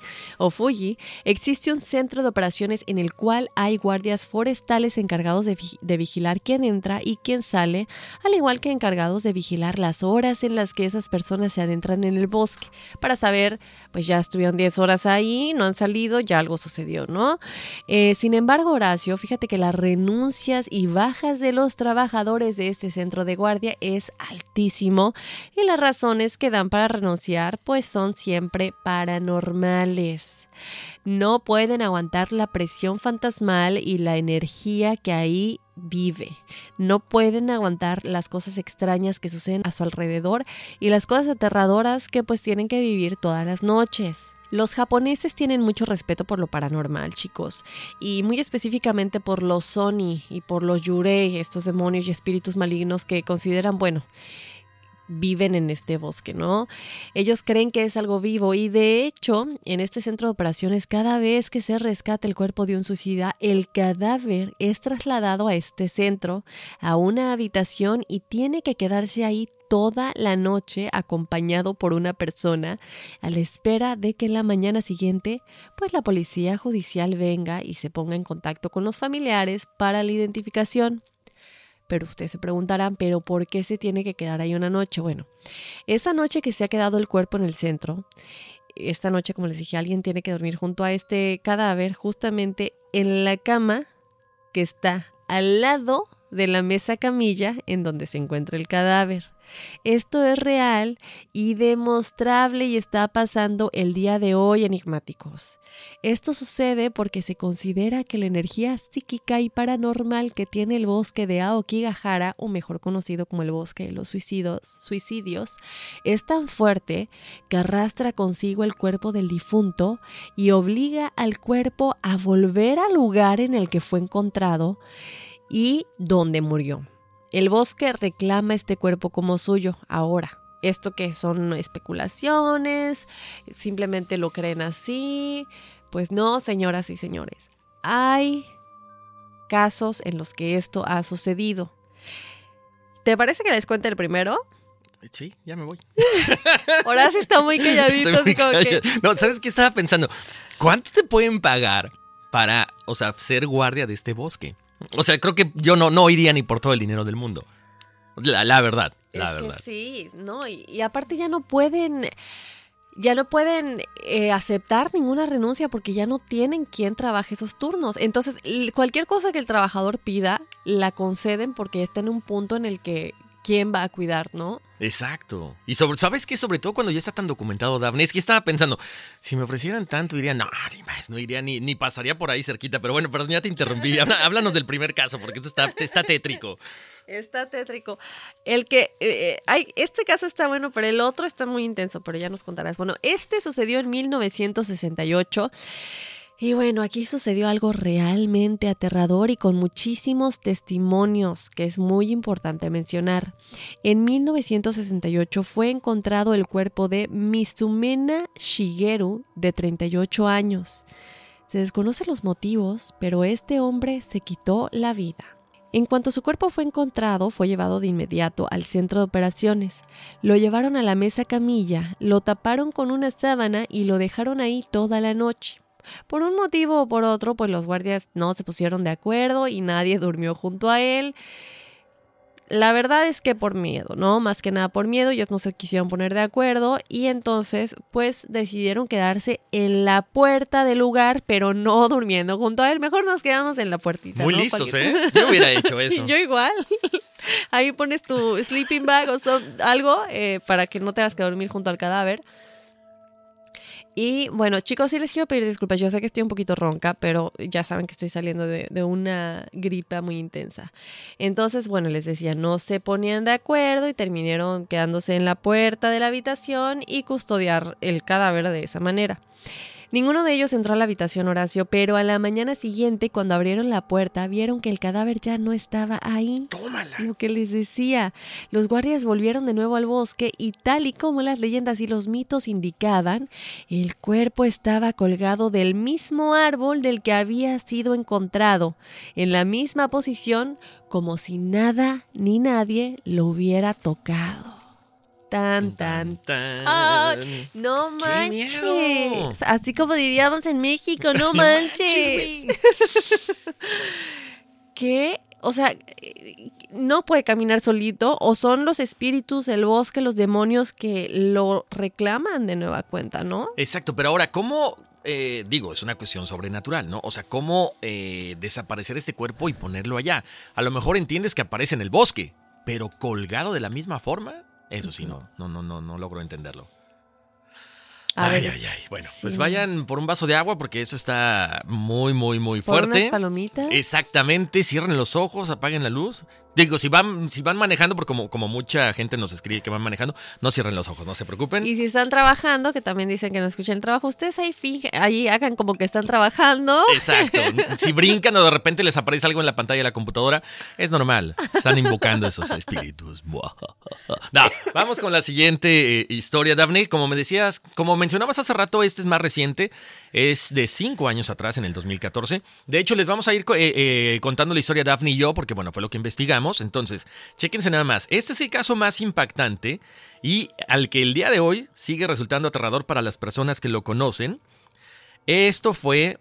existe un centro de operaciones en el cual hay guardias forestales encargados de vigilar quién entra y quién sale, al igual que encargados de vigilar las horas en las que esas personas se adentran en el bosque, para saber, pues ya estuvieron 10 horas ahí, no han salido, ya algo sucedió, ¿no? Sin embargo, Horacio, fíjate que las renuncias y bajas de los trabajadores de este centro de guardia es altísimo, y las razones que dan para renunciar, pues son siempre paranormales. No pueden aguantar la presión fantasmal y la energía que ahí vive. No pueden aguantar las cosas extrañas que suceden a su alrededor y las cosas aterradoras que pues tienen que vivir todas las noches. Los japoneses tienen mucho respeto por lo paranormal, chicos, y muy específicamente por los Oni y por los Yurei, estos demonios y espíritus malignos que consideran, bueno, viven en este bosque, ¿no? Ellos creen que es algo vivo, y de hecho, en este centro de operaciones, cada vez que se rescata el cuerpo de un suicida, el cadáver es trasladado a este centro, a una habitación, y tiene que quedarse ahí toda la noche acompañado por una persona, a la espera de que en la mañana siguiente, pues la policía judicial venga y se ponga en contacto con los familiares para la identificación. Pero ustedes se preguntarán, ¿pero por qué se tiene que quedar ahí una noche? Bueno, esa noche que se ha quedado el cuerpo en el centro, esta noche, como les dije, alguien tiene que dormir junto a este cadáver, justamente en la cama que está al lado de la mesa camilla en donde se encuentra el cadáver. Esto es real y demostrable, y está pasando el día de hoy, enigmáticos. Esto sucede porque se considera que la energía psíquica y paranormal que tiene el bosque de Aokigahara, o mejor conocido como el bosque de los suicidios, es tan fuerte que arrastra consigo el cuerpo del difunto y obliga al cuerpo a volver al lugar en el que fue encontrado y donde murió. El bosque reclama este cuerpo como suyo. Ahora, esto que son especulaciones, simplemente lo creen así. Pues no, señoras y señores. Hay casos en los que esto ha sucedido. ¿Te parece que les cuente el primero? Sí, ya me voy. Horacio está muy calladito. Estoy muy así como callado. que... No, ¿sabes qué estaba pensando? ¿Cuánto te pueden pagar para, o sea, ser guardia de este bosque? O sea, creo que yo no iría ni por todo el dinero del mundo. La verdad, la verdad. Que sí, ¿no? Y aparte ya no pueden aceptar ninguna renuncia porque ya no tienen quien trabaje esos turnos. Entonces, cualquier cosa que el trabajador pida, la conceden porque está en un punto en el que quién va a cuidar, ¿no? Exacto. Y ¿sabes qué? Sobre todo cuando ya está tan documentado, Daphne, es que estaba pensando, si me ofrecieran tanto, diría, no, ni más, no iría ni pasaría por ahí cerquita. Pero bueno, perdón, ya te interrumpí. Háblanos del primer caso, porque esto está tétrico. Está tétrico. Este caso está bueno, pero el otro está muy intenso, pero ya nos contarás. Bueno, este sucedió en 1968. Y bueno, aquí sucedió algo realmente aterrador y con muchísimos testimonios, que es muy importante mencionar. En 1968 fue encontrado el cuerpo de Mizumena Shigeru, de 38 años. Se desconocen los motivos, pero este hombre se quitó la vida. En cuanto su cuerpo fue encontrado, fue llevado de inmediato al centro de operaciones. Lo llevaron a la mesa camilla, lo taparon con una sábana y lo dejaron ahí toda la noche. Por un motivo o por otro, pues los guardias no se pusieron de acuerdo y nadie durmió junto a él. la verdad es que por miedo, ¿no? Más que nada por miedo, ellos no se quisieron poner de acuerdo y entonces pues decidieron quedarse en la puerta del lugar, pero no durmiendo junto a él. Mejor nos quedamos en la puertita. Muy ¿no? listos, ¿eh? Yo hubiera hecho eso. Yo igual. Ahí pones tu sleeping bag o algo para que no tengas que dormir junto al cadáver. Y bueno, chicos, sí les quiero pedir disculpas. Yo sé que estoy un poquito ronca, pero ya saben que estoy saliendo de una gripa muy intensa. Entonces, bueno, les decía, no se ponían de acuerdo y terminaron quedándose en la puerta de la habitación y custodiar el cadáver de esa manera. Ninguno de ellos entró a la habitación, Horacio, pero a la mañana siguiente, cuando abrieron la puerta, vieron que el cadáver ya no estaba ahí. ¡Tómala! Lo que les decía, los guardias volvieron de nuevo al bosque y tal y como las leyendas y los mitos indicaban, el cuerpo estaba colgado del mismo árbol del que había sido encontrado, en la misma posición, como si nada ni nadie lo hubiera tocado. Tan. ¡Ay, no manches! Miedo. Así como diríamos en México, no manches. ¿Qué? O sea, no puede caminar solito, o son los espíritus del bosque, los demonios que lo reclaman de nueva cuenta, ¿no? Exacto, pero ahora, ¿cómo? Es una cuestión sobrenatural, ¿no? O sea, ¿cómo desaparecer este cuerpo y ponerlo allá? A lo mejor entiendes que aparece en el bosque, pero colgado de la misma forma. Eso sí, no logro entenderlo. Ay. Bueno, sí. Pues vayan por un vaso de agua porque eso está muy, muy, muy fuerte. ¿Por unas palomitas? Exactamente, cierren los ojos, apaguen la luz. Digo, si van manejando, porque como mucha gente nos escribe que van manejando, no cierren los ojos, no se preocupen. Y si están trabajando, que también dicen que no escuchan el trabajo, ustedes ahí hagan como que están trabajando. Exacto. Si brincan o de repente les aparece algo en la pantalla de la computadora, es normal. Están invocando esos espíritus. No, vamos con la siguiente historia, Daphne. Como mencionabas hace rato, este es más reciente. Es de 5 años atrás, en el 2014. De hecho, les vamos a ir contando la historia Daphne y yo, porque bueno, fue lo que investigamos. Entonces, chéquense nada más. Este es el caso más impactante y al que el día de hoy sigue resultando aterrador para las personas que lo conocen. Esto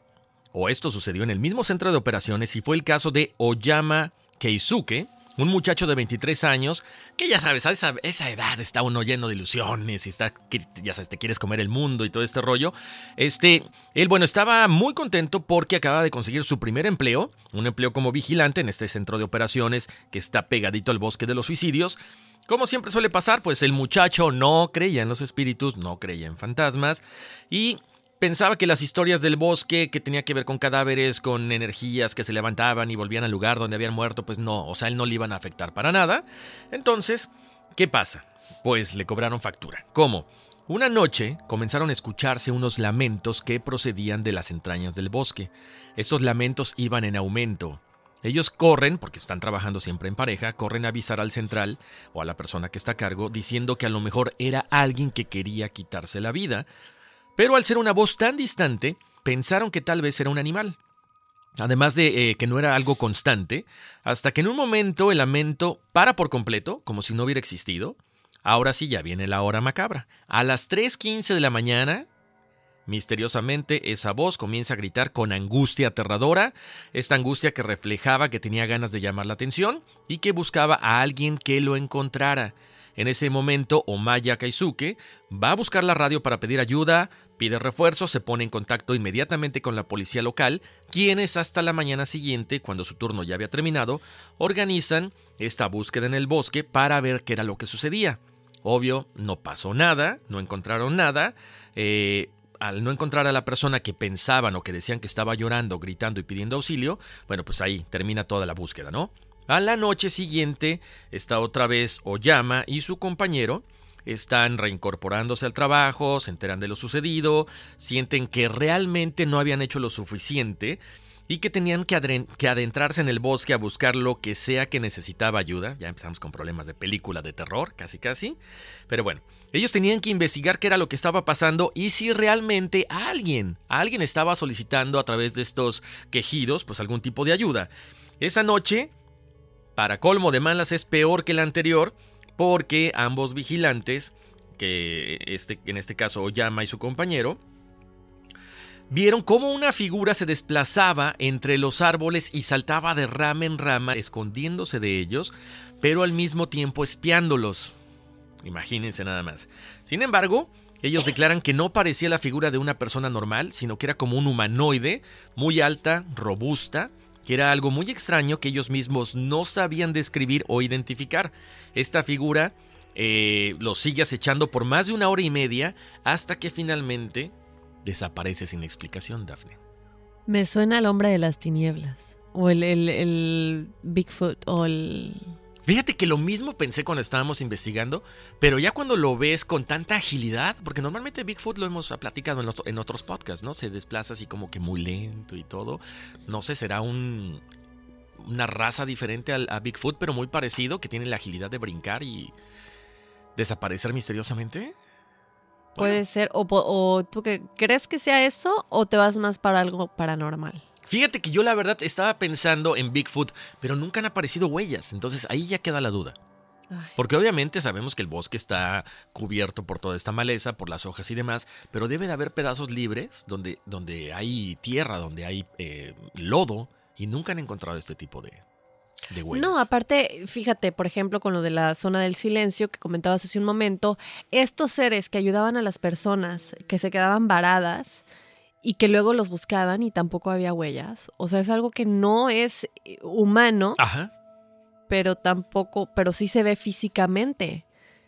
sucedió en el mismo centro de operaciones y fue el caso de Oyama Keisuke, un muchacho de 23 años, que ya sabes, a esa edad está uno lleno de ilusiones y ya sabes, te quieres comer el mundo y todo este rollo. Él, estaba muy contento porque acaba de conseguir su primer empleo, un empleo como vigilante en este centro de operaciones que está pegadito al bosque de los suicidios. Como siempre suele pasar, pues el muchacho no creía en los espíritus, no creía en fantasmas y pensaba que las historias del bosque que tenía que ver con cadáveres, con energías que se levantaban y volvían al lugar donde habían muerto, pues no, o sea, él no le iban a afectar para nada. Entonces, ¿qué pasa? Pues le cobraron factura. ¿Cómo? Una noche comenzaron a escucharse unos lamentos que procedían de las entrañas del bosque. Estos lamentos iban en aumento. Ellos corren, porque están trabajando siempre en pareja, corren a avisar al central o a la persona que está a cargo, diciendo que a lo mejor era alguien que quería quitarse la vida. Pero al ser una voz tan distante, pensaron que tal vez era un animal. Además de que no era algo constante, hasta que en un momento el lamento para por completo, como si no hubiera existido. Ahora sí ya viene la hora macabra. A las 3:15 de la mañana, misteriosamente esa voz comienza a gritar con angustia aterradora, esta angustia que reflejaba que tenía ganas de llamar la atención y que buscaba a alguien que lo encontrara. En ese momento, Oyama Keisuke va a buscar la radio para pedir ayuda, pide refuerzos, se pone en contacto inmediatamente con la policía local, quienes hasta la mañana siguiente, cuando su turno ya había terminado, organizan esta búsqueda en el bosque para ver qué era lo que sucedía. Obvio, no pasó nada, no encontraron nada. Al no encontrar a la persona que pensaban o que decían que estaba llorando, gritando y pidiendo auxilio, bueno, pues ahí termina toda la búsqueda, ¿no? A la noche siguiente está otra vez Oyama y su compañero. Están reincorporándose al trabajo, se enteran de lo sucedido, sienten que realmente no habían hecho lo suficiente y que tenían que adentrarse en el bosque a buscar lo que sea que necesitaba ayuda. Ya empezamos con problemas de película de terror, casi. Pero bueno, ellos tenían que investigar qué era lo que estaba pasando y si realmente alguien estaba solicitando a través de estos quejidos, pues algún tipo de ayuda. Esa noche, para colmo de malas, es peor que la anterior, porque ambos vigilantes, que en este caso Oyama y su compañero, vieron cómo una figura se desplazaba entre los árboles y saltaba de rama en rama, escondiéndose de ellos, pero al mismo tiempo espiándolos. Imagínense nada más. Sin embargo, ellos declaran que no parecía la figura de una persona normal, sino que era como un humanoide, muy alta, robusta, que era algo muy extraño que ellos mismos no sabían describir o identificar. Esta figura los sigue acechando por más de 1 hora y media hasta que finalmente desaparece sin explicación, Dafne. Me suena al hombre de las tinieblas, o el Bigfoot, o el... Fíjate que lo mismo pensé cuando estábamos investigando, pero ya cuando lo ves con tanta agilidad, porque normalmente Bigfoot lo hemos platicado en otros podcasts, ¿no? Se desplaza así como que muy lento y todo. No sé, será una raza diferente a Bigfoot, pero muy parecido, que tiene la agilidad de brincar y desaparecer misteriosamente. Puede Bueno. ser, o tú que crees que sea eso, o te vas más para algo paranormal. Fíjate que yo la verdad estaba pensando en Bigfoot, pero nunca han aparecido huellas, entonces ahí ya queda la duda. Ay. Porque obviamente sabemos que el bosque está cubierto por toda esta maleza, por las hojas y demás, pero debe de haber pedazos libres donde hay tierra, donde hay lodo, y nunca han encontrado este tipo de huellas. No, aparte, fíjate, por ejemplo, con lo de la zona del silencio que comentabas hace un momento, estos seres que ayudaban a las personas que se quedaban varadas y que luego los buscaban y tampoco había huellas. O sea, es algo que no es humano, Ajá. pero sí se ve físicamente.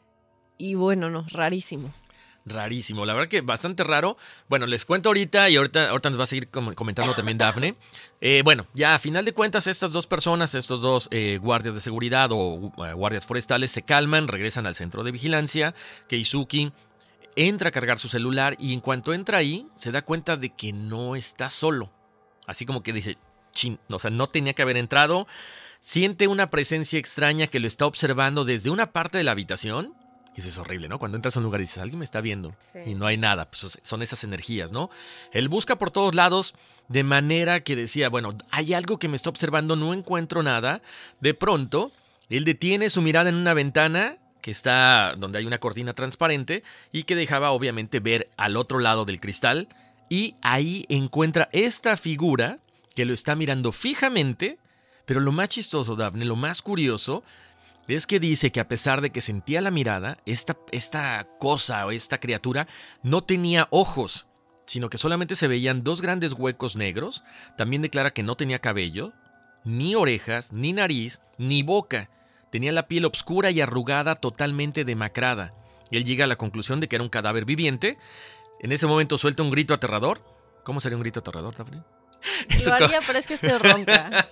Y bueno, no, rarísimo. Rarísimo, la verdad que bastante raro. Bueno, les cuento ahorita y ahorita nos va a seguir comentando también Dafne. Bueno, ya a final de cuentas estas dos personas, estos dos guardias de seguridad o guardias forestales se calman, regresan al centro de vigilancia. Keisuke entra a cargar su celular y en cuanto entra ahí se da cuenta de que no está solo. Así como que dice, chin, o sea, no tenía que haber entrado. Siente una presencia extraña que lo está observando desde una parte de la habitación. Y eso es horrible, ¿no? Cuando entras a un lugar y dices, alguien me está viendo. Sí. Y no hay nada. Pues son esas energías, ¿no? Él busca por todos lados de manera que decía, bueno, hay algo que me está observando, no encuentro nada. De pronto, él detiene su mirada en una ventana que está donde hay una cortina transparente y que dejaba obviamente ver al otro lado del cristal. Y ahí encuentra esta figura que lo está mirando fijamente. Pero lo más chistoso, Dafne, lo más curioso es que dice que a pesar de que sentía la mirada, esta cosa o esta criatura no tenía ojos, sino que solamente se veían 2 grandes huecos negros. También declara que no tenía cabello, ni orejas, ni nariz, ni boca. Tenía la piel oscura y arrugada, totalmente demacrada. Él llega a la conclusión de que era un cadáver viviente. En ese momento suelta un grito aterrador. ¿Cómo sería un grito aterrador, Daphne? Lo haría, pero es que estoy ronca.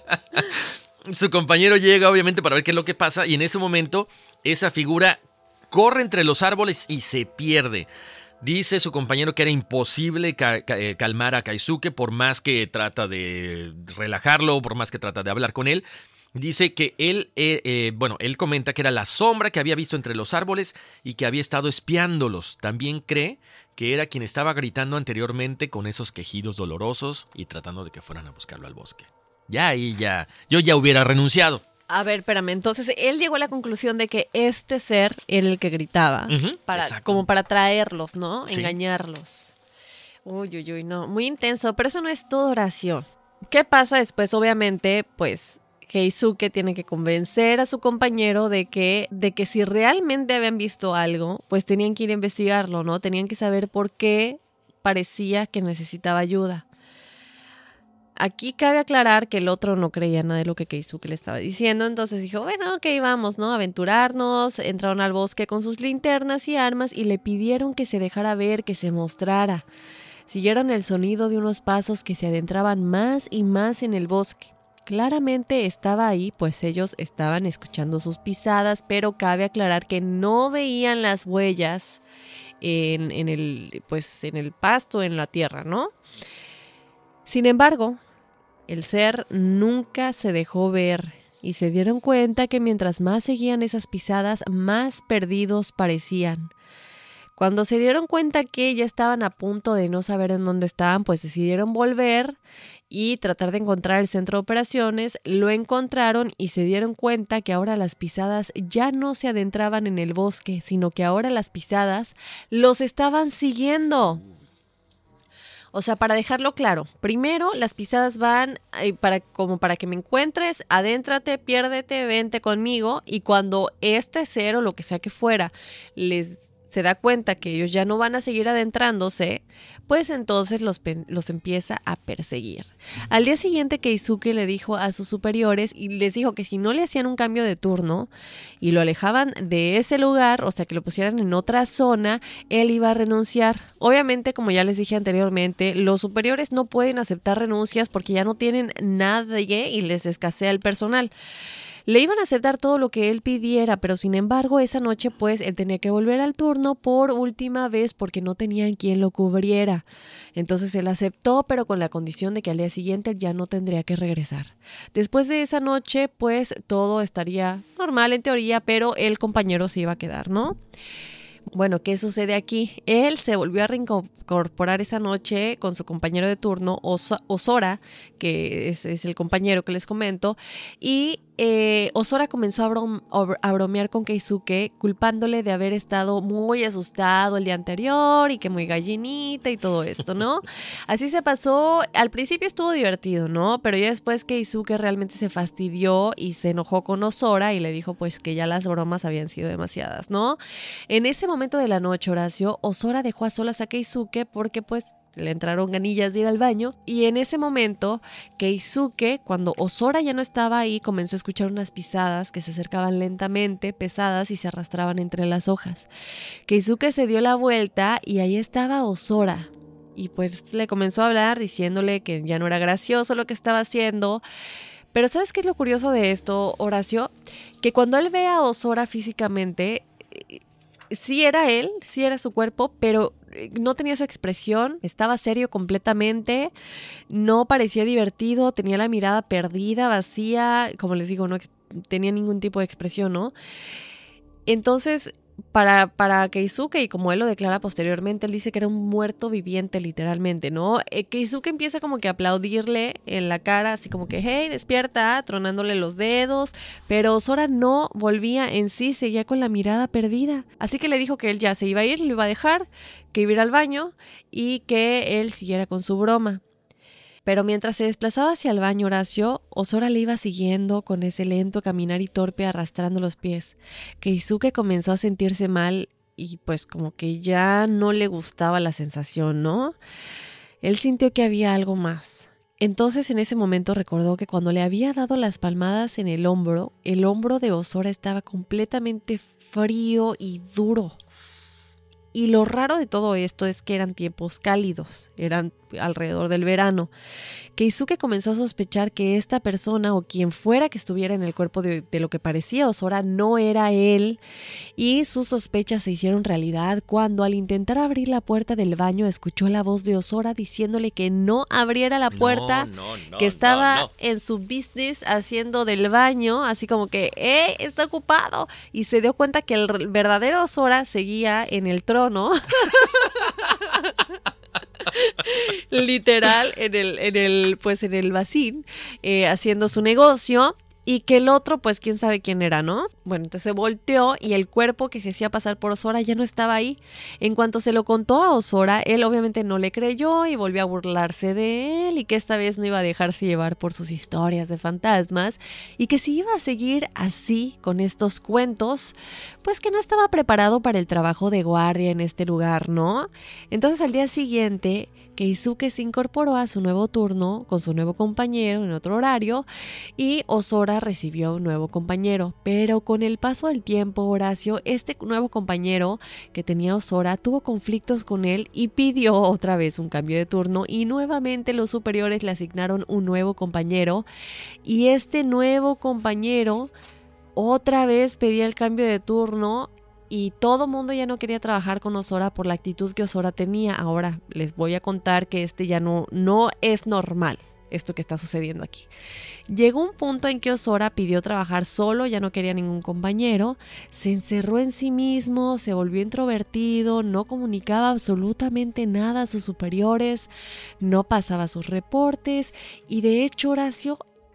Su compañero llega obviamente para ver qué es lo que pasa y en ese momento esa figura corre entre los árboles y se pierde. Dice su compañero que era imposible calmar a Keisuke por más que trata de relajarlo, por más que trata de hablar con él. Dice que él comenta que era la sombra que había visto entre los árboles y que había estado espiándolos. También cree que era quien estaba gritando anteriormente con esos quejidos dolorosos y tratando de que fueran a buscarlo al bosque. Yo ya hubiera renunciado. A ver, espérame, entonces él llegó a la conclusión de que este ser era el que gritaba, como para traerlos, ¿no? Sí. Engañarlos. Uy, no, muy intenso, pero eso no es todo, Horacio. ¿Qué pasa después? Obviamente, pues Keisuke tiene que convencer a su compañero de que si realmente habían visto algo, pues tenían que ir a investigarlo, ¿no? Tenían que saber por qué parecía que necesitaba ayuda. Aquí cabe aclarar que el otro no creía nada de lo que Keisuke le estaba diciendo, entonces dijo, bueno, ok, vamos, ¿no? Aventurarnos. Entraron al bosque con sus linternas y armas y le pidieron que se dejara ver, que se mostrara. Siguieron el sonido de unos pasos que se adentraban más y más en el bosque. Claramente estaba ahí, pues ellos estaban escuchando sus pisadas, pero cabe aclarar que no veían las huellas en el pasto, en la tierra, ¿no? Sin embargo, el ser nunca se dejó ver y se dieron cuenta que mientras más seguían esas pisadas, más perdidos parecían. Cuando se dieron cuenta que ya estaban a punto de no saber en dónde estaban, pues decidieron volver y tratar de encontrar el centro de operaciones. Lo encontraron y se dieron cuenta que ahora las pisadas ya no se adentraban en el bosque, sino que ahora las pisadas los estaban siguiendo. O sea, para dejarlo claro, primero las pisadas van para que me encuentres, adéntrate, piérdete, vente conmigo, y cuando este ser o lo que sea que fuera se da cuenta que ellos ya no van a seguir adentrándose, pues entonces los empieza a perseguir. Al día siguiente, Keisuke le dijo a sus superiores y les dijo que si no le hacían un cambio de turno y lo alejaban de ese lugar, o sea, que lo pusieran en otra zona, él iba a renunciar. Obviamente, como ya les dije anteriormente, los superiores no pueden aceptar renuncias porque ya no tienen nadie y les escasea el personal. Le iban a aceptar todo lo que él pidiera, pero sin embargo esa noche pues él tenía que volver al turno por última vez porque no tenían quien lo cubriera. Entonces él aceptó, pero con la condición de que al día siguiente él ya no tendría que regresar. Después de esa noche pues todo estaría normal en teoría, pero el compañero se iba a quedar, ¿no? Bueno, ¿qué sucede aquí? Él se volvió a reincorporar esa noche con su compañero de turno, Ozora, que es el compañero que les comento, y Ozora comenzó a bromear con Keisuke, culpándole de haber estado muy asustado el día anterior y que muy gallinita y todo esto, ¿no? Así se pasó. Al principio estuvo divertido, ¿no? Pero ya después Keisuke realmente se fastidió y se enojó con Ozora y le dijo pues que ya las bromas habían sido demasiadas, ¿no? En ese momento de la noche, Horacio, Ozora dejó a solas a Keisuke porque pues le entraron ganillas de ir al baño, y en ese momento Keisuke, cuando Ozora ya no estaba ahí, comenzó a escuchar unas pisadas que se acercaban lentamente, pesadas, y se arrastraban entre las hojas. Keisuke se dio la vuelta y ahí estaba Ozora, y pues le comenzó a hablar diciéndole que ya no era gracioso lo que estaba haciendo. Pero ¿sabes qué es lo curioso de esto, Horacio? Que cuando él ve a Ozora físicamente, sí era él, sí era su cuerpo, pero no tenía su expresión, estaba serio completamente, no parecía divertido, tenía la mirada perdida, vacía, como les digo, no tenía ningún tipo de expresión, ¿no? Entonces, para Keisuke, y como él lo declara posteriormente, él dice que era un muerto viviente literalmente, ¿no? Keisuke empieza como que a aplaudirle en la cara, así como que hey, despierta, tronándole los dedos, pero Ozora no volvía en sí, seguía con la mirada perdida, así que le dijo que él ya se iba a ir, lo iba a dejar, que iba a ir al baño y que él siguiera con su broma. Pero mientras se desplazaba hacia el baño, Horacio, Ozora le iba siguiendo con ese lento caminar y torpe arrastrando los pies. Keisuke comenzó a sentirse mal y pues como que ya no le gustaba la sensación, ¿no? Él sintió que había algo más. Entonces en ese momento recordó que cuando le había dado las palmadas en el hombro de Ozora estaba completamente frío y duro. Y lo raro de todo esto es que eran tiempos cálidos, eran alrededor del verano. Keisuke comenzó a sospechar que esta persona o quien fuera que estuviera en el cuerpo de lo que parecía Ozora no era él, y sus sospechas se hicieron realidad cuando al intentar abrir la puerta del baño escuchó la voz de Ozora diciéndole que no abriera la puerta, que estaba en su business haciendo del baño, así como que está ocupado, y se dio cuenta que el verdadero Ozora seguía en el trono. Literal en el vacín, haciendo su negocio, y que el otro pues quién sabe quién era, ¿no? Bueno, entonces se volteó y el cuerpo que se hacía pasar por Ozora ya no estaba ahí. En cuanto se lo contó a Ozora, él obviamente no le creyó y volvió a burlarse de él, y que esta vez no iba a dejarse llevar por sus historias de fantasmas, y que si iba a seguir así con estos cuentos, pues que no estaba preparado para el trabajo de guardia en este lugar, ¿no? Entonces al día siguiente Keisuke se incorporó a su nuevo turno con su nuevo compañero en otro horario, y Ozora recibió un nuevo compañero. Pero con el paso del tiempo, Horacio, este nuevo compañero que tenía Ozora tuvo conflictos con él y pidió otra vez un cambio de turno, y nuevamente los superiores le asignaron un nuevo compañero, y este nuevo compañero otra vez pedía el cambio de turno. Y todo mundo ya no quería trabajar con Ozora por la actitud que Ozora tenía. Ahora les voy a contar que ya no es normal esto que está sucediendo aquí. Llegó un punto en que Ozora pidió trabajar solo, ya no quería ningún compañero, se encerró en sí mismo, se volvió introvertido, no comunicaba absolutamente nada a sus superiores, no pasaba sus reportes, y de hecho, Horacio,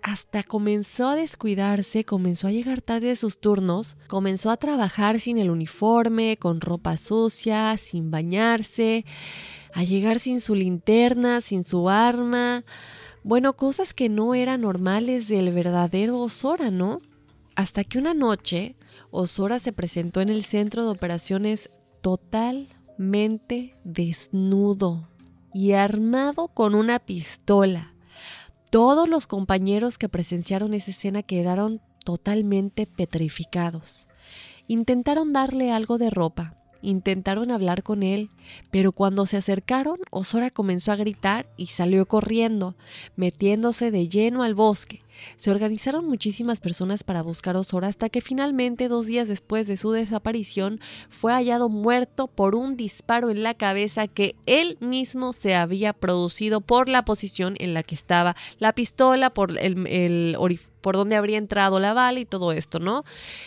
hasta comenzó a descuidarse, comenzó a llegar tarde de sus turnos, comenzó a trabajar sin el uniforme, con ropa sucia, sin bañarse, a llegar sin su linterna, sin su arma. Bueno, cosas que no eran normales del verdadero Ozora, ¿no? Hasta que una noche, Ozora se presentó en el centro de operaciones totalmente desnudo y armado con una pistola. Todos los compañeros que presenciaron esa escena quedaron totalmente petrificados. Intentaron darle algo de ropa, intentaron hablar con él, pero cuando se acercaron, Ozora comenzó a gritar y salió corriendo, metiéndose de lleno al bosque. Se organizaron muchísimas personas para buscar a Ozora hasta que finalmente, 2 días después de su desaparición, fue hallado muerto por un disparo en la cabeza que él mismo se había producido por la posición en la que estaba la pistola, por por donde habría entrado la bala y todo esto, ¿no?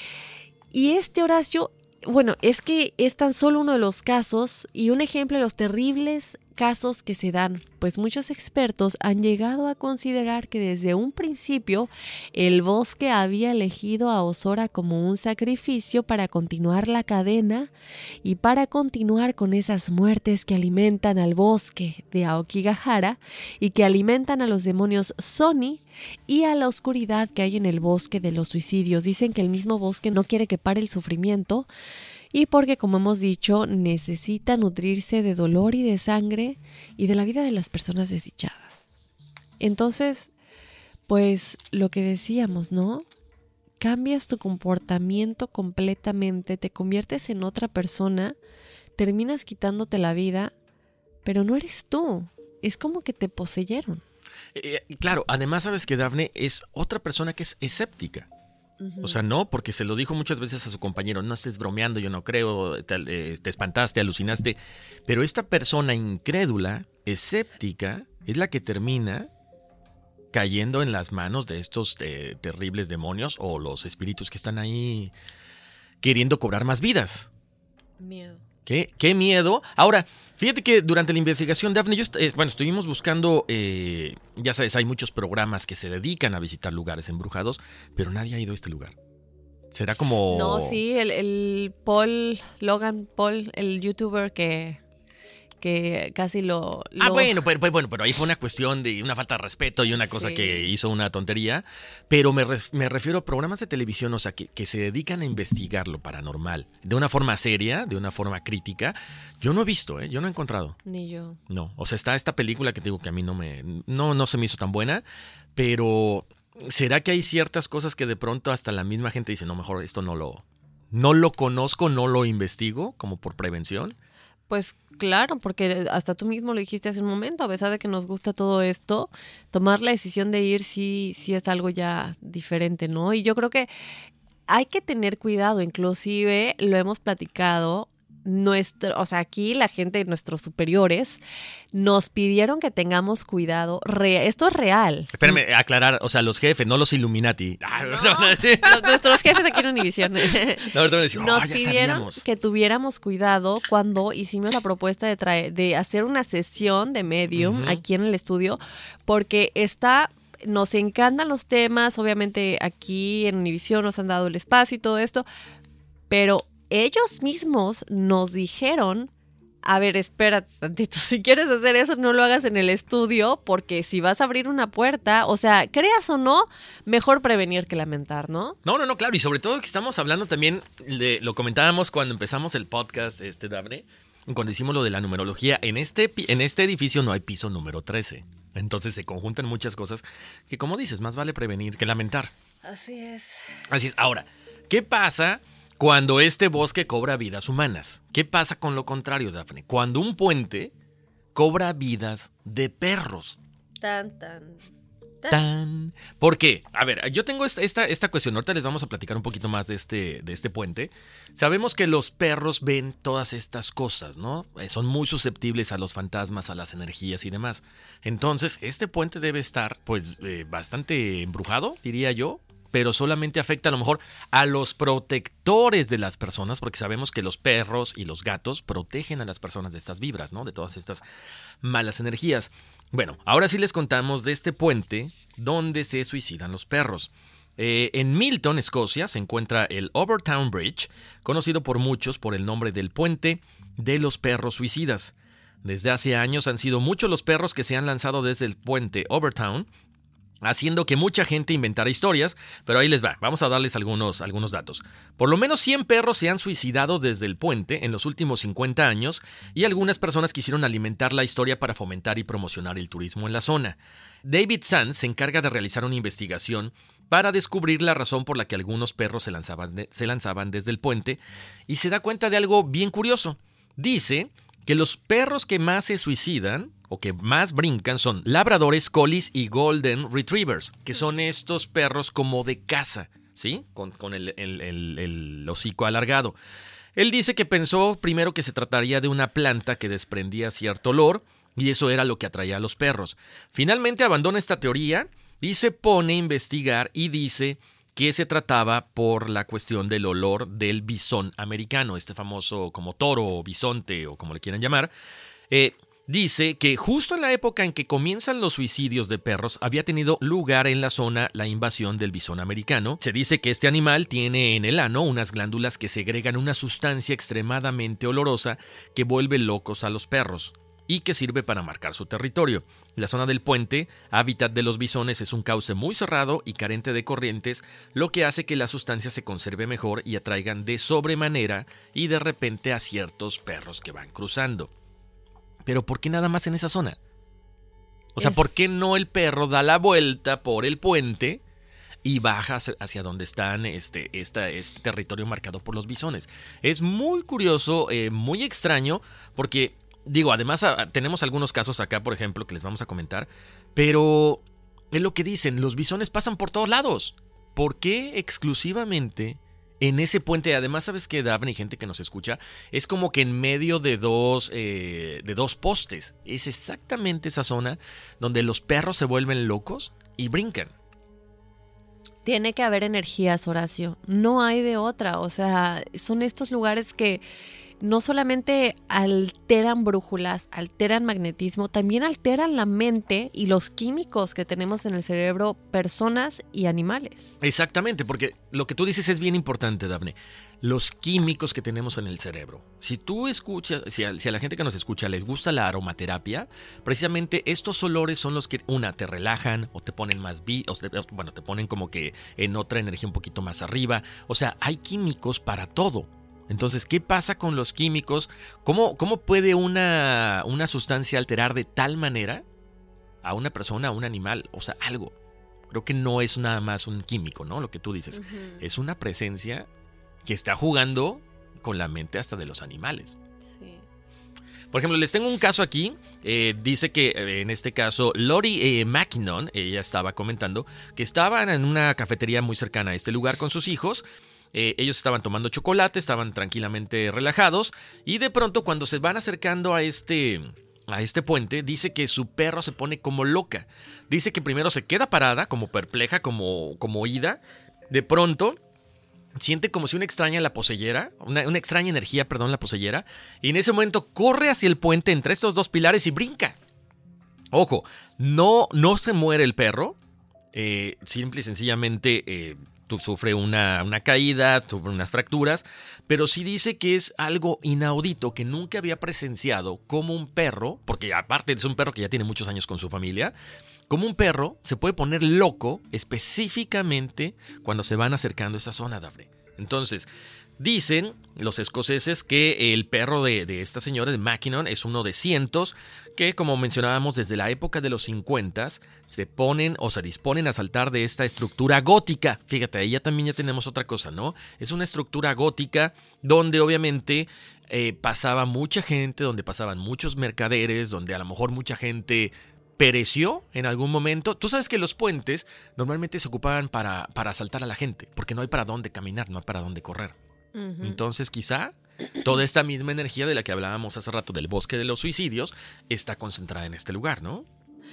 Y Horacio, bueno, es que es tan solo uno de los casos y un ejemplo de los terribles casos que se dan, pues muchos expertos han llegado a considerar que desde un principio el bosque había elegido a Ozora como un sacrificio para continuar la cadena y para continuar con esas muertes que alimentan al bosque de Aokigahara y que alimentan a los demonios Soni y a la oscuridad que hay en el bosque de los suicidios. Dicen que el mismo bosque no quiere que pare el sufrimiento y porque, como hemos dicho, necesita nutrirse de dolor y de sangre y de la vida de las personas desdichadas. Entonces, pues lo que decíamos, ¿no? Cambias tu comportamiento completamente, te conviertes en otra persona, terminas quitándote la vida, pero no eres tú. Es como que te poseyeron. Claro, además sabes que Dafne es otra persona que es escéptica. O sea, no, porque se lo dijo muchas veces a su compañero, no estés bromeando, yo no creo, te espantaste, alucinaste. Pero esta persona incrédula, escéptica, es la que termina cayendo en las manos de estos terribles demonios o los espíritus que están ahí queriendo cobrar más vidas. Miedo. ¿Qué miedo? Ahora, fíjate que durante la investigación, Dafne, estuvimos buscando, ya sabes, hay muchos programas que se dedican a visitar lugares embrujados, pero nadie ha ido a este lugar. ¿Será como...? No, sí, el Logan Paul, el youtuber que casi lo... Bueno, pero ahí fue una cuestión de una falta de respeto y una cosa que hizo una tontería. Pero me refiero a programas de televisión, o sea, que se dedican a investigar lo paranormal de una forma seria, de una forma crítica. Yo no he visto, yo no he encontrado. Ni yo. No, o sea, está esta película que te digo que a mí no se me hizo tan buena, pero ¿será que hay ciertas cosas que de pronto hasta la misma gente dice, no, mejor esto no lo conozco, no lo investigo, como por prevención? Pues claro, porque hasta tú mismo lo dijiste hace un momento, a pesar de que nos gusta todo esto, tomar la decisión de ir sí es algo ya diferente, ¿no? Y yo creo que hay que tener cuidado, inclusive lo hemos platicado, o sea, aquí la gente, nuestros superiores, nos pidieron que tengamos cuidado. Esto es real. Espérame, aclarar, o sea, los jefes, no los Illuminati. Nuestros jefes aquí en Univisión. Nos pidieron sabíamos que tuviéramos cuidado cuando hicimos la propuesta de hacer una sesión de medium aquí en el estudio, porque nos encantan los temas, obviamente aquí en Univisión nos han dado el espacio y todo esto, pero ellos mismos nos dijeron, a ver, espérate tantito, si quieres hacer eso no lo hagas en el estudio, porque si vas a abrir una puerta, o sea, creas o no, mejor prevenir que lamentar, ¿no? No, claro, y sobre todo que estamos hablando también, lo comentábamos cuando empezamos el podcast, Dafne, cuando hicimos lo de la numerología, en este edificio no hay piso número 13, entonces se conjuntan muchas cosas que, como dices, más vale prevenir que lamentar. Así es. Ahora, ¿qué pasa cuando este bosque cobra vidas humanas? ¿Qué pasa con lo contrario, Dafne? Cuando un puente cobra vidas de perros. Tan. ¿Por qué? A ver, yo tengo esta cuestión. Ahorita les vamos a platicar un poquito más de este puente. Sabemos que los perros ven todas estas cosas, ¿no? Son muy susceptibles a los fantasmas, a las energías y demás. Entonces, este puente debe estar, pues, bastante embrujado, diría yo. pero solamente afecta a lo mejor a los protectores de las personas, porque sabemos que los perros y los gatos protegen a las personas de estas vibras, ¿no? De todas estas malas energías. Bueno, ahora sí les contamos de este puente donde se suicidan los perros. En Milton, Escocia, se encuentra el Overtown Bridge, conocido por muchos por el nombre del puente de los perros suicidas. Desde hace años han sido muchos los perros que se han lanzado desde el puente Overtown, haciendo que mucha gente inventara historias, pero ahí les va, vamos a darles algunos datos. Por lo menos 100 perros se han suicidado desde el puente en los últimos 50 años y algunas personas quisieron alimentar la historia para fomentar y promocionar el turismo en la zona. David Sands se encarga de realizar una investigación para descubrir la razón por la que algunos perros se lanzaban desde el puente y se da cuenta de algo bien curioso. Dice que los perros que más se suicidan o que más brincan son labradores, collies y golden retrievers, que son estos perros como de caza, ¿sí? Con el hocico alargado. Él dice que pensó primero que se trataría de una planta que desprendía cierto olor y eso era lo que atraía a los perros. Finalmente abandona esta teoría y se pone a investigar y dice que se trataba por la cuestión del olor del bisón americano, este famoso como toro o bisonte o como le quieran llamar. Dice que justo en la época en que comienzan los suicidios de perros había tenido lugar en la zona la invasión del bisón americano. Se dice que este animal tiene en el ano unas glándulas que segregan una sustancia extremadamente olorosa que vuelve locos a los perros y que sirve para marcar su territorio. La zona del puente, hábitat de los bisones, es un cauce muy cerrado y carente de corrientes, lo que hace que la sustancia se conserve mejor y atraigan de sobremanera y de repente a ciertos perros que van cruzando. Pero ¿por qué nada más en esa zona? O sea, ¿por qué no el perro da la vuelta por el puente y baja hacia donde están este territorio marcado por los bisones? Es muy curioso, muy extraño, porque digo, además tenemos algunos casos acá, por ejemplo, que les vamos a comentar, pero es lo que dicen, los bisones pasan por todos lados. ¿Por qué exclusivamente en ese puente? Además, ¿sabes qué, Dafne y gente que nos escucha? Es como que en medio de dos postes. Es exactamente esa zona donde los perros se vuelven locos y brincan. Tiene que haber energías, Horacio. No hay de otra. O sea, son estos lugares que no solamente alteran brújulas, alteran magnetismo, también alteran la mente y los químicos que tenemos en el cerebro, personas y animales. Exactamente, porque lo que tú dices es bien importante, Dafne. Los químicos que tenemos en el cerebro. Si tú escuchas, si a la gente que nos escucha les gusta la aromaterapia, precisamente estos olores son los que, te relajan o te ponen te ponen como que en otra energía un poquito más arriba. O sea, hay químicos para todo. Entonces, ¿qué pasa con los químicos? ¿Cómo puede una sustancia alterar de tal manera a una persona, a un animal? O sea, algo. Creo que no es nada más un químico, ¿no? Lo que tú dices. Uh-huh. Es una presencia que está jugando con la mente hasta de los animales. Sí. Por ejemplo, les tengo un caso aquí. Dice que en este caso, Lori Mackinnon, ella estaba comentando que estaban en una cafetería muy cercana a este lugar con sus hijos. Ellos estaban tomando chocolate, estaban tranquilamente relajados y de pronto cuando se van acercando a este puente, dice que su perro se pone como loca. Dice que primero se queda parada, como perpleja, como oída. De pronto siente como si una extraña energía, la poseyera. Y en ese momento corre hacia el puente entre estos dos pilares y brinca. Ojo, no se muere el perro. Simple y sencillamente sufre una caída, sufre unas fracturas, pero sí dice que es algo inaudito, que nunca había presenciado como un perro, porque aparte es un perro que ya tiene muchos años con su familia, como un perro se puede poner loco específicamente cuando se van acercando a esa zona, Dafne. Entonces, dicen los escoceses que el perro de esta señora, de Mackinnon, es uno de cientos que, como mencionábamos, desde la época de los 50 se disponen a saltar de esta estructura gótica. Fíjate, ahí ya tenemos otra cosa, ¿no? Es una estructura gótica donde obviamente pasaba mucha gente, donde pasaban muchos mercaderes, donde a lo mejor mucha gente pereció en algún momento. Tú sabes que los puentes normalmente se ocupaban para asaltar a la gente, porque no hay para dónde caminar, no hay para dónde correr. Uh-huh. Entonces quizá toda esta misma energía de la que hablábamos hace rato del bosque de los suicidios está concentrada en este lugar, ¿no?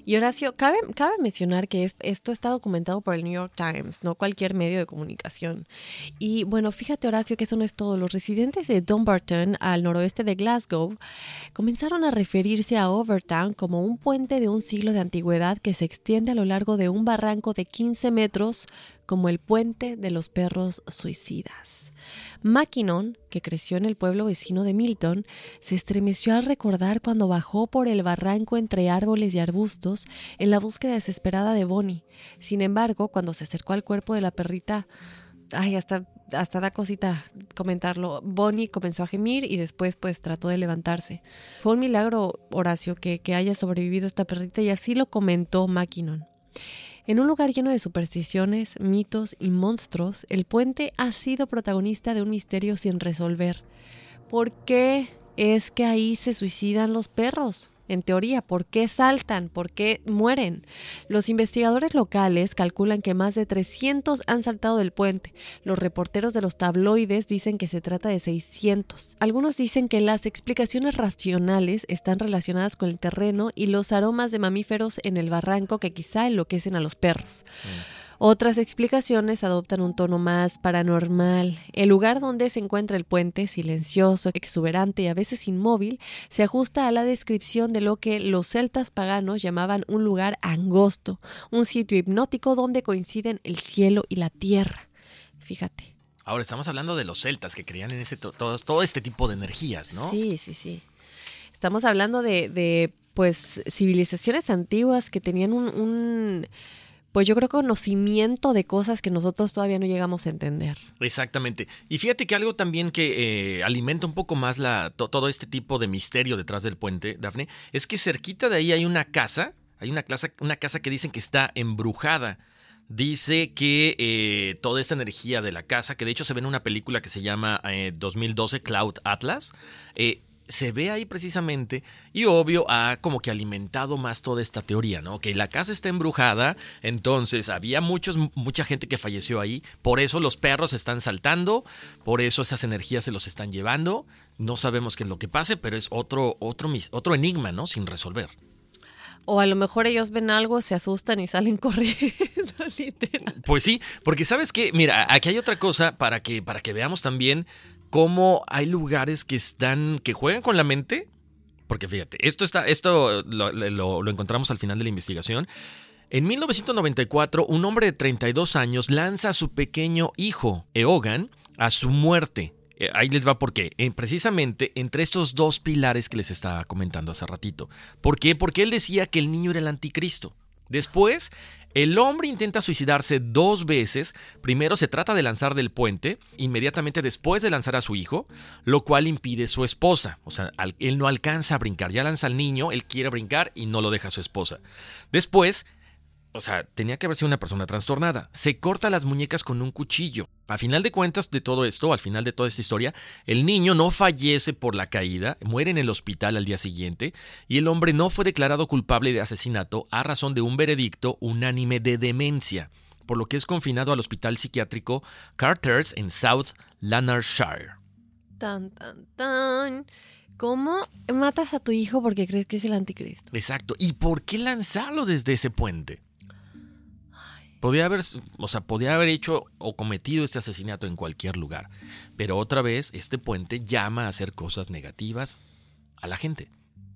Y Horacio, cabe mencionar que esto está documentado por el New York Times, no cualquier medio de comunicación. Y bueno, fíjate, Horacio, que eso no es todo. Los residentes de Dumbarton, al noroeste de Glasgow, comenzaron a referirse a Overtown como un puente de un siglo de antigüedad que se extiende a lo largo de un barranco de 15 metros, como el puente de los perros suicidas. Mackinnon, que creció en el pueblo vecino de Milton, se estremeció al recordar cuando bajó por el barranco entre árboles y arbustos en la búsqueda desesperada de Bonnie. Sin embargo, cuando se acercó al cuerpo de la perrita, hasta da cosita comentarlo, Bonnie comenzó a gemir y después pues trató de levantarse. Fue un milagro, Horacio, que haya sobrevivido esta perrita, y así lo comentó Mackinnon. En un lugar lleno de supersticiones, mitos y monstruos, el puente ha sido protagonista de un misterio sin resolver. ¿Por qué es que ahí se suicidan los perros? En teoría, ¿por qué saltan? ¿Por qué mueren? Los investigadores locales calculan que más de 300 han saltado del puente. Los reporteros de los tabloides dicen que se trata de 600. Algunos dicen que las explicaciones racionales están relacionadas con el terreno y los aromas de mamíferos en el barranco que quizá enloquecen a los perros. Otras explicaciones adoptan un tono más paranormal. El lugar donde se encuentra el puente, silencioso, exuberante y a veces inmóvil, se ajusta a la descripción de lo que los celtas paganos llamaban un lugar angosto, un sitio hipnótico donde coinciden el cielo y la tierra. Fíjate. Ahora estamos hablando de los celtas que creían en todo este tipo de energías, ¿no? Sí. Estamos hablando de pues civilizaciones antiguas que tenían pues yo creo conocimiento de cosas que nosotros todavía no llegamos a entender. Exactamente. Y fíjate que algo también que alimenta un poco más todo este tipo de misterio detrás del puente, Dafne, es que cerquita de ahí hay una casa que dicen que está embrujada. Dice que toda esta energía de la casa, que de hecho se ve en una película que se llama 2012 Cloud Atlas, se ve ahí precisamente, y obvio ha como que alimentado más toda esta teoría, ¿no? Que la casa está embrujada, entonces había mucha gente que falleció ahí, por eso los perros están saltando, por eso esas energías se los están llevando, no sabemos qué es lo que pase, pero es otro enigma, ¿no? Sin resolver. O a lo mejor ellos ven algo, se asustan y salen corriendo, literal. Pues sí, porque ¿sabes qué? Mira, aquí hay otra cosa para que veamos también cómo hay lugares que juegan con la mente, porque fíjate, esto lo encontramos al final de la investigación. En 1994, un hombre de 32 años lanza a su pequeño hijo, Eogan, a su muerte. Ahí les va por qué. Precisamente entre estos dos pilares que les estaba comentando hace ratito. ¿Por qué? Porque él decía que el niño era el anticristo. Después, el hombre intenta suicidarse 2 veces. Primero se trata de lanzar del puente, inmediatamente después de lanzar a su hijo, lo cual impide su esposa. O sea, él no alcanza a brincar. Ya lanza al niño, él quiere brincar y no lo deja a su esposa. Después, o sea, tenía que haber sido una persona trastornada. Se corta las muñecas con un cuchillo. A final de cuentas de todo esto, al final de toda esta historia, el niño no fallece por la caída, muere en el hospital al día siguiente, y el hombre no fue declarado culpable de asesinato a razón de un veredicto unánime de demencia, por lo que es confinado al hospital psiquiátrico Carter's en South Lanarkshire. Tan. ¿Cómo matas a tu hijo porque crees que es el anticristo? Exacto. ¿Y por qué lanzarlo desde ese puente? Podía haber hecho o cometido este asesinato en cualquier lugar. Pero otra vez, este puente llama a hacer cosas negativas a la gente.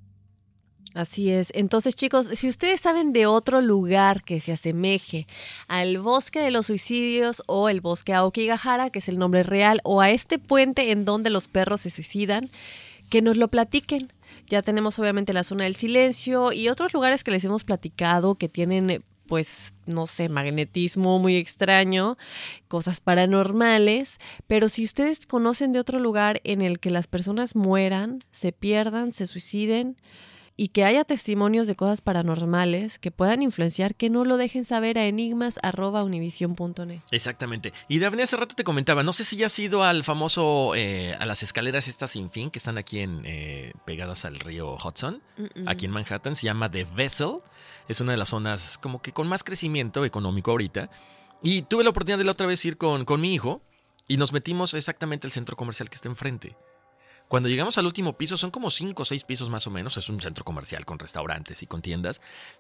Así es. Entonces, chicos, si ustedes saben de otro lugar que se asemeje al Bosque de los Suicidios o el Bosque Aokigahara, que es el nombre real, o a este puente en donde los perros se suicidan, que nos lo platiquen. Ya tenemos obviamente la Zona del Silencio y otros lugares que les hemos platicado que tienen, pues, no sé, magnetismo muy extraño, cosas paranormales, pero si ustedes conocen de otro lugar en el que las personas mueran, se pierdan, se suiciden y que haya testimonios de cosas paranormales que puedan influenciar, que no lo dejen saber a enigmas@univision.net. Exactamente. Y Daphne, hace rato te comentaba, no sé si ya has ido al famoso, a las escaleras estas sin fin que están aquí pegadas al río Hudson, aquí en Manhattan, se llama The Vessel. Es una de las zonas como que con más crecimiento económico ahorita. Y tuve la oportunidad de la otra vez ir con mi hijo y nos metimos exactamente al centro comercial que está enfrente. Cuando llegamos al último piso, son como 5 o 6 pisos más o menos. Es un centro comercial con restaurantes y con tiendas.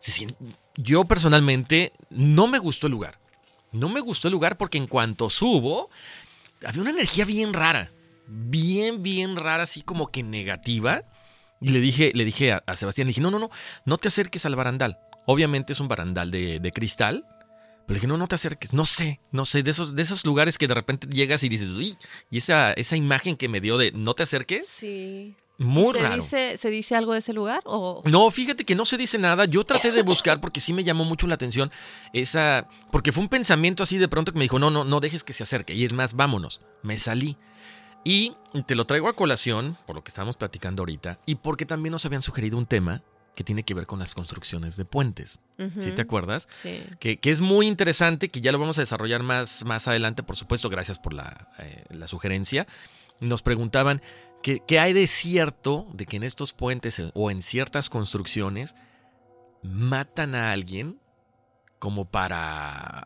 Yo personalmente no me gustó el lugar. No me gustó el lugar porque en cuanto subo, había una energía bien rara. Bien rara, así como que negativa. Y le dije a Sebastián, le dije, no te acerques al barandal. Obviamente es un barandal de cristal. Pero le dije, no te acerques. No sé, de esos lugares que de repente llegas y dices, uy, y esa imagen que me dio de no te acerques. Sí. Muy raro. ¿Se dice algo de ese lugar? ¿O? No, fíjate que no se dice nada. Yo traté de buscar porque sí me llamó mucho la atención porque fue un pensamiento así de pronto que me dijo, no dejes que se acerque. Y es más, vámonos. Me salí. Y te lo traigo a colación, por lo que estamos platicando ahorita, y porque también nos habían sugerido un tema que tiene que ver con las construcciones de puentes. ¿Sí te acuerdas? Sí. Que es muy interesante, que ya lo vamos a desarrollar más adelante, por supuesto, gracias por la sugerencia. Nos preguntaban qué hay de cierto de que en estos puentes o en ciertas construcciones matan a alguien como para,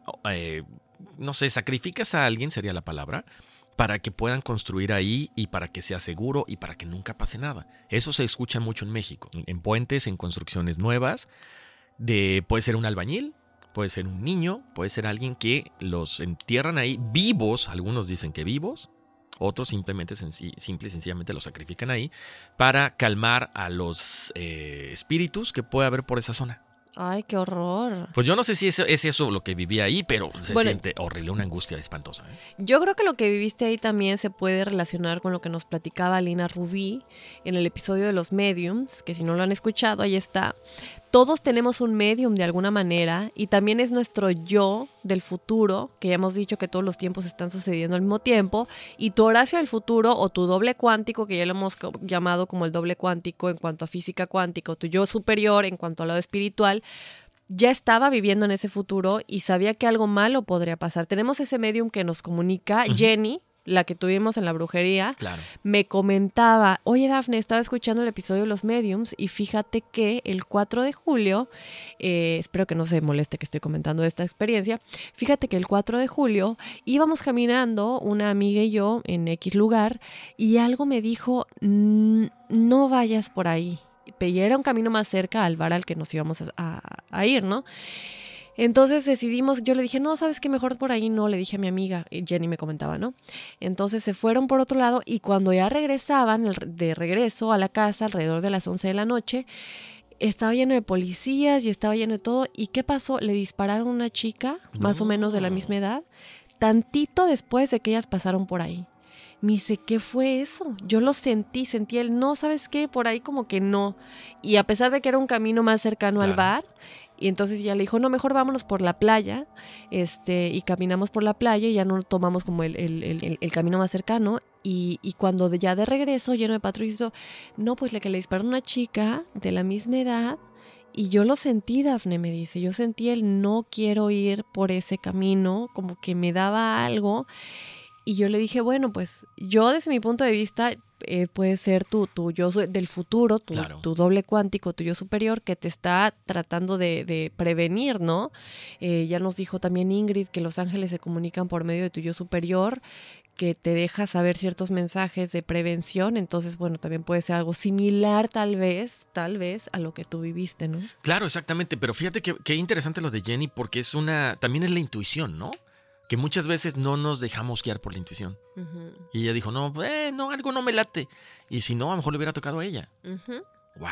no sé, sacrificas a alguien, sería la palabra, para que puedan construir ahí y para que sea seguro y para que nunca pase nada. Eso se escucha mucho en México, en puentes, en construcciones nuevas, puede ser un albañil, puede ser un niño, puede ser alguien que los entierran ahí vivos, algunos dicen que vivos, otros simple y sencillamente los sacrifican ahí para calmar a los espíritus que puede haber por esa zona. Ay, qué horror. Pues yo no sé si es eso lo que viví ahí, pero se siente horrible, una angustia espantosa. Yo creo que lo que viviste ahí también se puede relacionar con lo que nos platicaba Lina Rubí en el episodio de los mediums, que si no lo han escuchado, ahí está. Todos tenemos un medium de alguna manera y también es nuestro yo del futuro, que ya hemos dicho que todos los tiempos están sucediendo al mismo tiempo, y tu Horacio del futuro o tu doble cuántico, que ya lo hemos llamado como el doble cuántico en cuanto a física cuántica, o tu yo superior en cuanto al lado espiritual, ya estaba viviendo en ese futuro y sabía que algo malo podría pasar. Tenemos ese medium que nos comunica, Jenny, la que tuvimos en la brujería, claro, me comentaba, oye Dafne, estaba escuchando el episodio de los mediums y fíjate que el 4 de julio, espero que no se moleste que estoy comentando esta experiencia, fíjate que el 4 de julio íbamos caminando, una amiga y yo, en X lugar, y algo me dijo, no vayas por ahí. Y era un camino más cerca al bar al que nos íbamos a ir, ¿no? Entonces decidimos, yo le dije, no, ¿sabes qué? Mejor por ahí no, le dije a mi amiga, y Jenny me comentaba, ¿no? Entonces se fueron por otro lado y cuando ya regresaban, de regreso a la casa, alrededor de las 11 de la noche, estaba lleno de policías y estaba lleno de todo. ¿Y qué pasó? Le dispararon a una chica, más o menos de la misma edad, tantito después de que ellas pasaron por ahí. Me dice, ¿qué fue eso? Yo lo sentí el no, ¿sabes qué? Por ahí como que no. Y a pesar de que era un camino más cercano al bar, y entonces ya le dijo, no, mejor vámonos por la playa, y caminamos por la playa y ya no tomamos como el camino más cercano, y cuando ya de regreso, lleno de patrullas, no, pues que le disparó a una chica de la misma edad, y yo lo sentí, Dafne, me dice, yo sentí el no quiero ir por ese camino, como que me daba algo, y yo le dije, bueno, pues yo desde mi punto de vista, puede ser tu yo del futuro, tu doble cuántico, tu yo superior, que te está tratando de prevenir, ¿no? Ya nos dijo también Ingrid que los ángeles se comunican por medio de tu yo superior, que te deja saber ciertos mensajes de prevención, entonces, bueno, también puede ser algo similar tal vez, a lo que tú viviste, ¿no? Claro, exactamente, pero fíjate que interesante lo de Jenny, porque también es la intuición, ¿no? Que muchas veces no nos dejamos guiar por la intuición. Uh-huh. Y ella dijo, no, algo no me late. Y si no, a lo mejor le hubiera tocado a ella. Uh-huh. ¡Wow!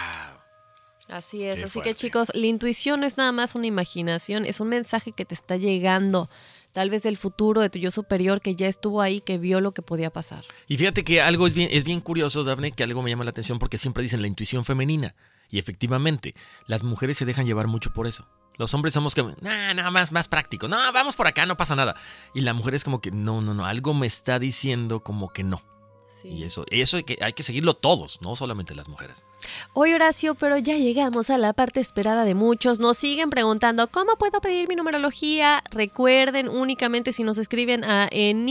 Así es. Qué así fuerte. Que, chicos, la intuición no es nada más una imaginación, es un mensaje que te está llegando, tal vez del futuro, de tu yo superior, que ya estuvo ahí, que vio lo que podía pasar. Y fíjate que algo es bien curioso, Dafne, que algo me llama la atención, porque siempre dicen la intuición femenina. Y efectivamente, las mujeres se dejan llevar mucho por eso. Los hombres somos como, nada más práctico. No, vamos por acá, no pasa nada. Y la mujer es como que, no, algo me está diciendo como que no. Sí. Y eso hay que seguirlo todos, no solamente las mujeres. Oye, Horacio, pero ya llegamos a la parte esperada de muchos. Nos siguen preguntando, ¿cómo puedo pedir mi numerología? Recuerden, únicamente si nos escriben a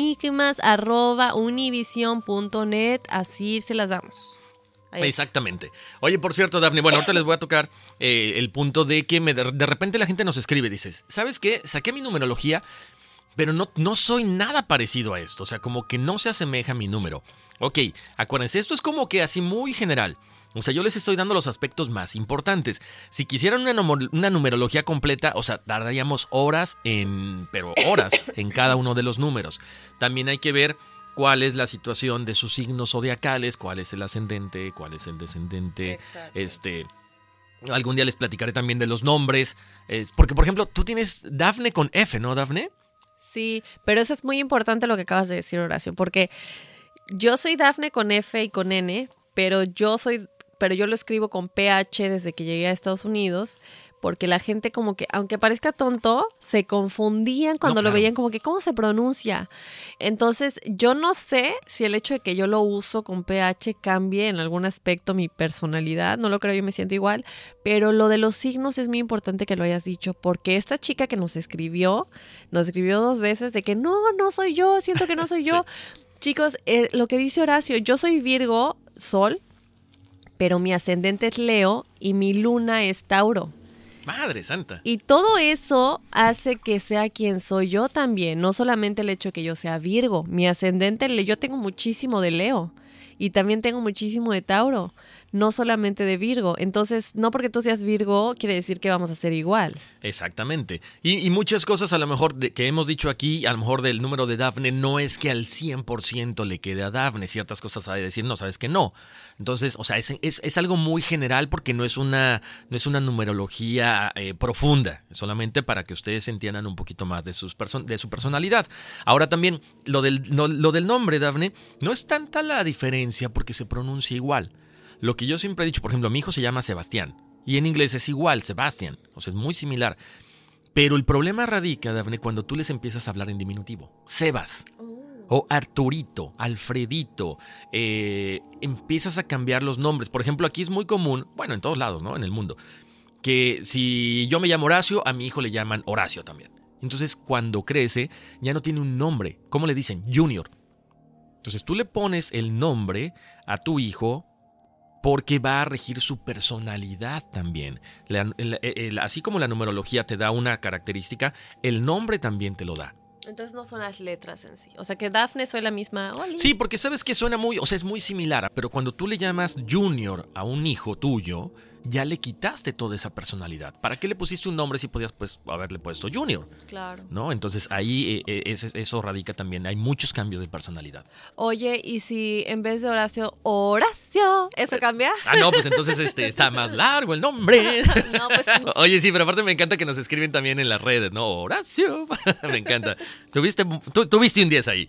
enigmas@univision.net, así se las damos. Exactamente. Oye, por cierto, Dafne, bueno, ahorita les voy a tocar el punto de que de repente la gente nos escribe, dices, ¿sabes qué? Saqué mi numerología, pero no soy nada parecido a esto. O sea, como que no se asemeja a mi número. Ok, acuérdense, esto es como que así muy general. O sea, yo les estoy dando los aspectos más importantes. Si quisieran una numerología completa, o sea, tardaríamos horas en cada uno de los números. También hay que ver cuál es la situación de sus signos zodiacales, cuál es el ascendente, cuál es el descendente. Exacto. Algún día les platicaré también de los nombres. Porque, por ejemplo, tú tienes Dafne con F, ¿no, Dafne? Sí, pero eso es muy importante lo que acabas de decir, Horacio, porque yo soy Dafne con F y con N, pero yo lo escribo con PH desde que llegué a Estados Unidos, porque la gente como que, aunque parezca tonto, se confundían cuando lo veían como que, ¿cómo se pronuncia? Entonces, yo no sé si el hecho de que yo lo uso con PH cambie en algún aspecto mi personalidad, no lo creo, yo me siento igual, pero lo de los signos es muy importante que lo hayas dicho, porque esta chica que nos escribió 2 veces de que no soy yo, siento que no soy yo. Sí. Chicos, lo que dice Horacio, yo soy Virgo, Sol, pero mi ascendente es Leo y mi luna es Tauro. ¡Madre santa! Y todo eso hace que sea quien soy yo también, no solamente el hecho de que yo sea Virgo. Mi ascendente, yo tengo muchísimo de Leo y también tengo muchísimo de Tauro, no solamente de Virgo. Entonces, no porque tú seas Virgo quiere decir que vamos a ser igual. Exactamente. Y muchas cosas a lo mejor que hemos dicho aquí, a lo mejor del número de Dafne, no es que al 100% le quede a Dafne. Ciertas cosas hay de decir, no, sabes que no. Entonces, o sea, es algo muy general porque no es una numerología profunda. Es solamente para que ustedes entiendan un poquito más de su personalidad. Ahora también, lo del nombre, Dafne, no es tanta la diferencia porque se pronuncia igual. Lo que yo siempre he dicho, por ejemplo, mi hijo se llama Sebastián y en inglés es igual, Sebastian, o sea, es muy similar. Pero el problema radica, Dafne, cuando tú les empiezas a hablar en diminutivo. Sebas o Arturito, Alfredito, empiezas a cambiar los nombres. Por ejemplo, aquí es muy común, bueno, en todos lados, ¿no? En el mundo, que si yo me llamo Horacio, a mi hijo le llaman Horacio también. Entonces, cuando crece, ya no tiene un nombre. ¿Cómo le dicen? Junior. Entonces, tú le pones el nombre a tu hijo porque va a regir su personalidad también. Así como la numerología te da una característica, el nombre también te lo da. Entonces no son las letras en sí. O sea que Dafne soy la misma. Oli. Sí, porque sabes que suena muy, o sea, es muy similar, pero cuando tú le llamas Junior a un hijo tuyo, ya le quitaste toda esa personalidad. ¿Para qué le pusiste un nombre si podías pues haberle puesto Junior? Claro. ¿No? Entonces ahí eso radica también. Hay muchos cambios de personalidad. Oye, ¿y si en vez de Horacio, eso cambia? No, pues entonces está más largo el nombre. No, pues no. Oye, sí, pero aparte me encanta que nos escriben también en las redes, ¿no? Horacio. Me encanta. Tuviste un 10 ahí.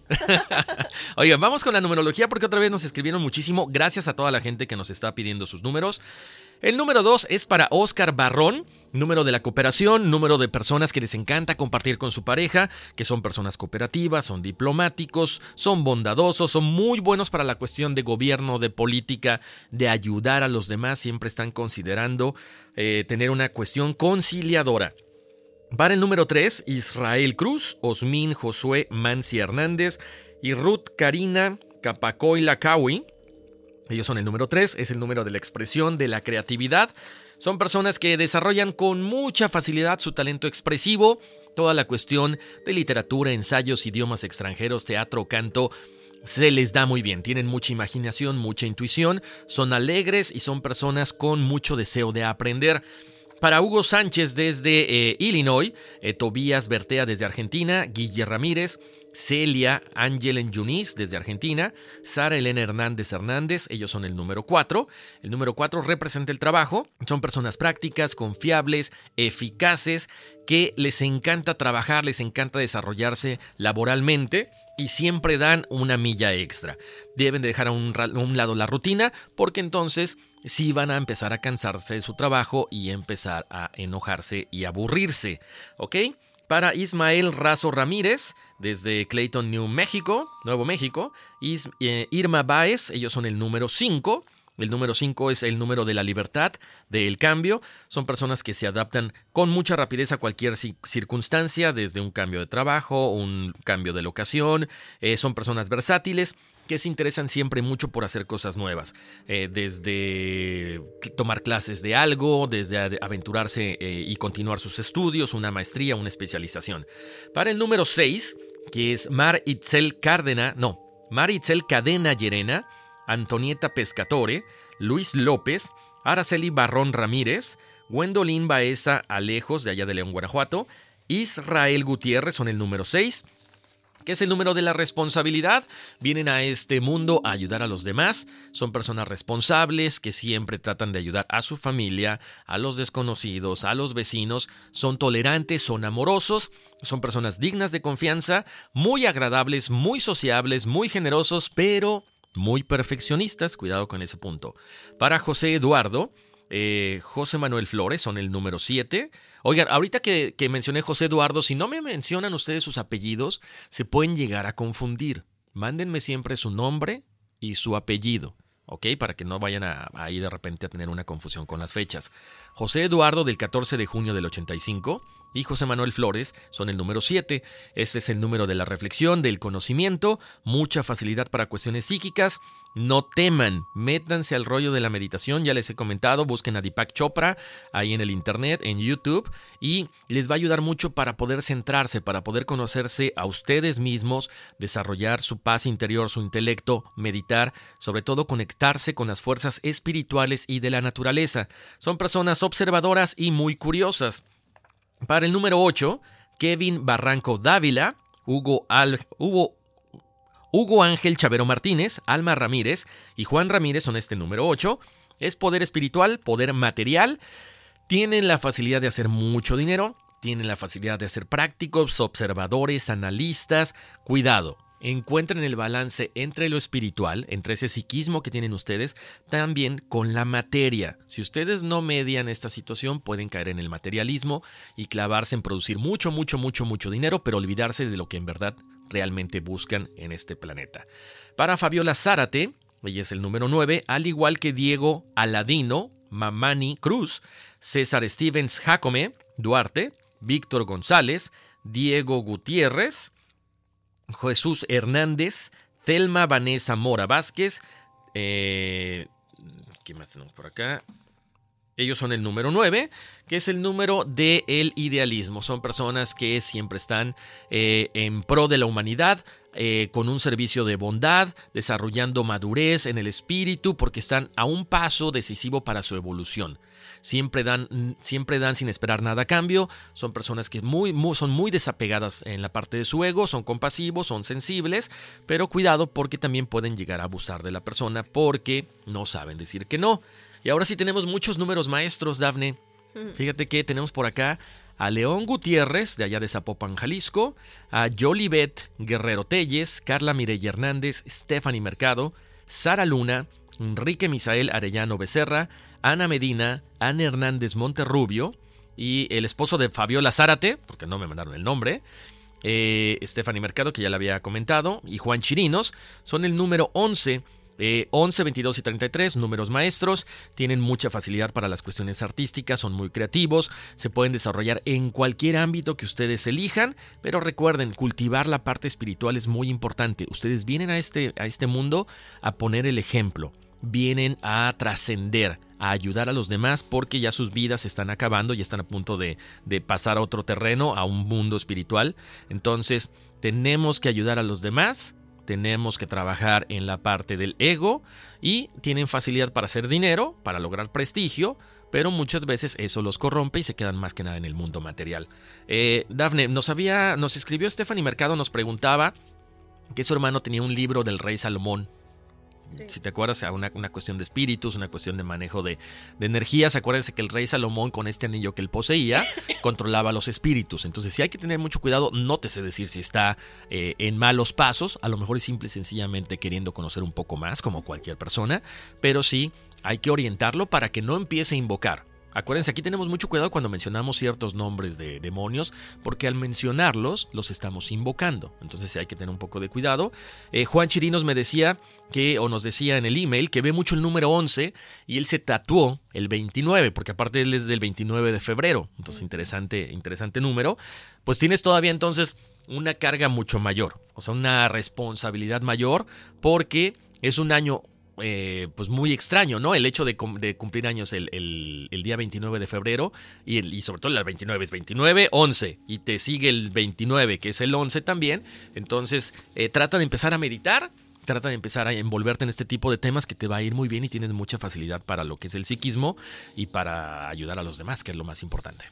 Oigan, vamos con la numerología porque otra vez nos escribieron muchísimo. Gracias a toda la gente que nos está pidiendo sus números. El número 2 es para Oscar Barrón, número de la cooperación, número de personas que les encanta compartir con su pareja, que son personas cooperativas, son diplomáticos, son bondadosos, son muy buenos para la cuestión de gobierno, de política, de ayudar a los demás, siempre están considerando tener una cuestión conciliadora. Para el número 3, Israel Cruz, Osmin Josué Mansi Hernández y Ruth Karina Capacoila Cawi. Ellos son el número 3, es el número de la expresión, de la creatividad. Son personas que desarrollan con mucha facilidad su talento expresivo, toda la cuestión de literatura, ensayos, idiomas extranjeros, teatro, canto, se les da muy bien. Tienen mucha imaginación, mucha intuición, son alegres y son personas con mucho deseo de aprender. Para Hugo Sánchez desde Illinois, Tobías Bertea desde Argentina, Guille Ramírez, Celia Ángel Yunis desde Argentina, Sara Elena Hernández, ellos son el número 4. El número 4 representa el trabajo, son personas prácticas, confiables, eficaces, que les encanta trabajar, les encanta desarrollarse laboralmente y siempre dan una milla extra. Deben de dejar a un lado la rutina porque entonces sí van a empezar a cansarse de su trabajo y empezar a enojarse y aburrirse, ¿ok? Para Ismael Razo Ramírez, desde Clayton, Nuevo México, Irma Báez, ellos son el número 5. El número 5 es el número de la libertad, del cambio. Son personas que se adaptan con mucha rapidez a cualquier circunstancia, desde un cambio de trabajo, un cambio de locación. Son personas versátiles que se interesan siempre mucho por hacer cosas nuevas. Desde tomar clases de algo, desde aventurarse y continuar sus estudios, una maestría, una especialización. Para el número 6, que es Mar Itzel Cadena Llerena, Antonieta Pescatore, Luis López, Araceli Barrón Ramírez, Gwendolyn Baeza Alejos, de allá de León, Guanajuato, Israel Gutiérrez son el número 6, que es el número de la responsabilidad. Vienen a este mundo a ayudar a los demás. Son personas responsables que siempre tratan de ayudar a su familia, a los desconocidos, a los vecinos. Son tolerantes, son amorosos, son personas dignas de confianza, muy agradables, muy sociables, muy generosos, pero muy perfeccionistas. Cuidado con ese punto. Para José Eduardo, José Manuel Flores son el número 7. Oigan, ahorita que mencioné José Eduardo, si no me mencionan ustedes sus apellidos, se pueden llegar a confundir. Mándenme siempre su nombre y su apellido, ¿ok? Para que no vayan ahí de repente a tener una confusión con las fechas. José Eduardo del 14 de junio del 85 y José Manuel Flores son el número 7. Este es el número de la reflexión, del conocimiento, mucha facilidad para cuestiones psíquicas. No teman, métanse al rollo de la meditación, ya les he comentado, busquen a Deepak Chopra ahí en el internet, en YouTube, y les va a ayudar mucho para poder centrarse, para poder conocerse a ustedes mismos, desarrollar su paz interior, su intelecto, meditar, sobre todo conectarse con las fuerzas espirituales y de la naturaleza. Son personas observadoras y muy curiosas. Para el número 8, Kevin Barranco Dávila, Hugo Ángel Chavero Martínez, Alma Ramírez y Juan Ramírez son este número 8. Es poder espiritual, poder material. Tienen la facilidad de hacer mucho dinero. Tienen la facilidad de ser prácticos, observadores, analistas. Cuidado, encuentren el balance entre lo espiritual, entre ese psiquismo que tienen ustedes, también con la materia. Si ustedes no median esta situación, pueden caer en el materialismo y clavarse en producir mucho dinero, pero olvidarse de lo que en verdad realmente buscan en este planeta. Para Fabiola Zárate, ella es el número 9, al igual que Diego Aladino Mamani Cruz, César Stevens Jacome Duarte, Víctor González, Diego Gutiérrez, Jesús Hernández, Thelma Vanessa Mora Vázquez, ¿qué más tenemos por acá? Ellos son el número 9, que es el número del idealismo. Son personas que siempre están en pro de la humanidad, con un servicio de bondad, desarrollando madurez en el espíritu, porque están a un paso decisivo para su evolución. Siempre dan sin esperar nada a cambio. Son personas que son muy desapegadas en la parte de su ego, son compasivos, son sensibles, pero cuidado porque también pueden llegar a abusar de la persona porque no saben decir que no. Y ahora sí tenemos muchos números maestros, Dafne. Fíjate que tenemos por acá a León Gutiérrez, de allá de Zapopan, Jalisco, a Jolibet Guerrero Telles, Carla Mireya Hernández, Stephanie Mercado, Sara Luna, Enrique Misael Arellano Becerra, Ana Medina, Ana Hernández Monterrubio y el esposo de Fabiola Zárate, porque no me mandaron el nombre, Stephanie Mercado, que ya la había comentado, y Juan Chirinos, son el número 11. 11, 22 y 33, números maestros, tienen mucha facilidad para las cuestiones artísticas, son muy creativos, se pueden desarrollar en cualquier ámbito que ustedes elijan, pero recuerden, cultivar la parte espiritual es muy importante. Ustedes vienen a este mundo a poner el ejemplo, vienen a trascender, a ayudar a los demás porque ya sus vidas se están acabando y están a punto de pasar a otro terreno, a un mundo espiritual. Entonces, tenemos que ayudar a los demás. Tenemos que trabajar en la parte del ego y tienen facilidad para hacer dinero, para lograr prestigio, pero muchas veces eso los corrompe y se quedan más que nada en el mundo material. Dafne, nos escribió Stephanie Mercado, nos preguntaba que su hermano tenía un libro del rey Salomón. Sí. Si te acuerdas, una cuestión de espíritus, una cuestión de manejo de energías. Acuérdense que el rey Salomón, con este anillo que él poseía, controlaba los espíritus. Entonces sí hay que tener mucho cuidado. No te sé decir si está en malos pasos. A lo mejor es simple y sencillamente queriendo conocer un poco más, como cualquier persona. Pero sí hay que orientarlo para que no empiece a invocar Acuérdense, aquí tenemos mucho cuidado cuando mencionamos ciertos nombres de demonios, porque al mencionarlos, los estamos invocando. Entonces hay que tener un poco de cuidado. Juan Chirinos me decía nos decía en el email que ve mucho el número 11 y él se tatuó el 29, porque aparte él es del 29 de febrero. Entonces interesante número. Pues tienes todavía entonces una carga mucho mayor, o sea, una responsabilidad mayor, porque es un año pues muy extraño, ¿no? El hecho de cumplir años el día 29 de febrero y sobre todo el 29 es 29, 11 y te sigue el 29 que es el 11 también. Entonces trata de empezar a meditar, trata de empezar a envolverte en este tipo de temas que te va a ir muy bien y tienes mucha facilidad para lo que es el psiquismo y para ayudar a los demás, que es lo más importante.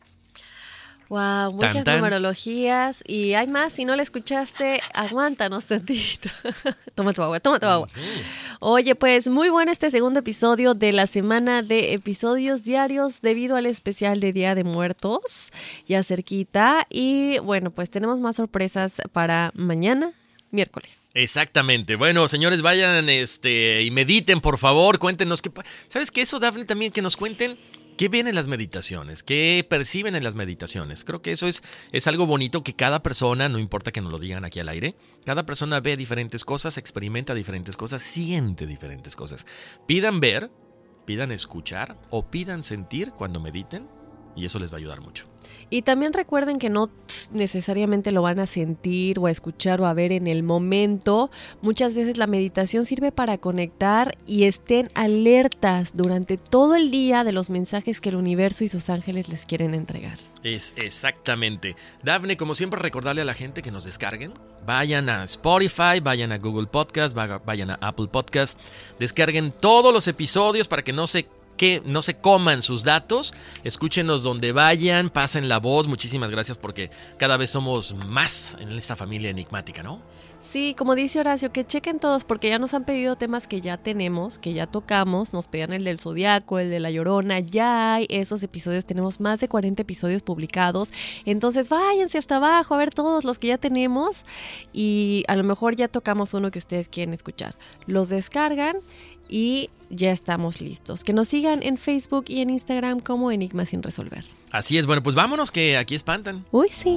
Wow, muchas numerologías y hay más. Si no la escuchaste, aguántanos tantito. Toma tu agua. Oye, pues muy bueno este segundo episodio de la semana de episodios diarios debido al especial de Día de Muertos, ya cerquita. Y bueno, pues tenemos más sorpresas para mañana, miércoles. Exactamente. Bueno, señores, vayan y mediten, por favor. Cuéntenos ¿sabes qué? Eso, Dafne, también que nos cuenten ¿qué ven en las meditaciones? ¿Qué perciben en las meditaciones? Creo que eso es algo bonito que cada persona, no importa que nos lo digan aquí al aire, cada persona ve diferentes cosas, experimenta diferentes cosas, siente diferentes cosas. Pidan ver, pidan escuchar o pidan sentir cuando mediten y eso les va a ayudar mucho. Y también recuerden que no necesariamente lo van a sentir o a escuchar o a ver en el momento. Muchas veces la meditación sirve para conectar y estén alertas durante todo el día de los mensajes que el universo y sus ángeles les quieren entregar. Exactamente. Dafne, como siempre, recordarle a la gente que nos descarguen. Vayan a Spotify, vayan a Google Podcast, vayan a Apple Podcast. Descarguen todos los episodios para que no se coman sus datos, escúchenos donde vayan, pasen la voz. Muchísimas gracias porque cada vez somos más en esta familia enigmática, ¿no? Sí, como dice Horacio, que chequen todos porque ya nos han pedido temas que ya tenemos, que ya tocamos, nos pedían el del Zodiaco, el de La Llorona, ya hay esos episodios, tenemos más de 40 episodios publicados, entonces váyanse hasta abajo a ver todos los que ya tenemos y a lo mejor ya tocamos uno que ustedes quieren escuchar, los descargan y ya estamos listos. Que nos sigan en Facebook y en Instagram como Enigmas sin resolver. Así es, bueno, pues vámonos que aquí espantan. Uy, sí.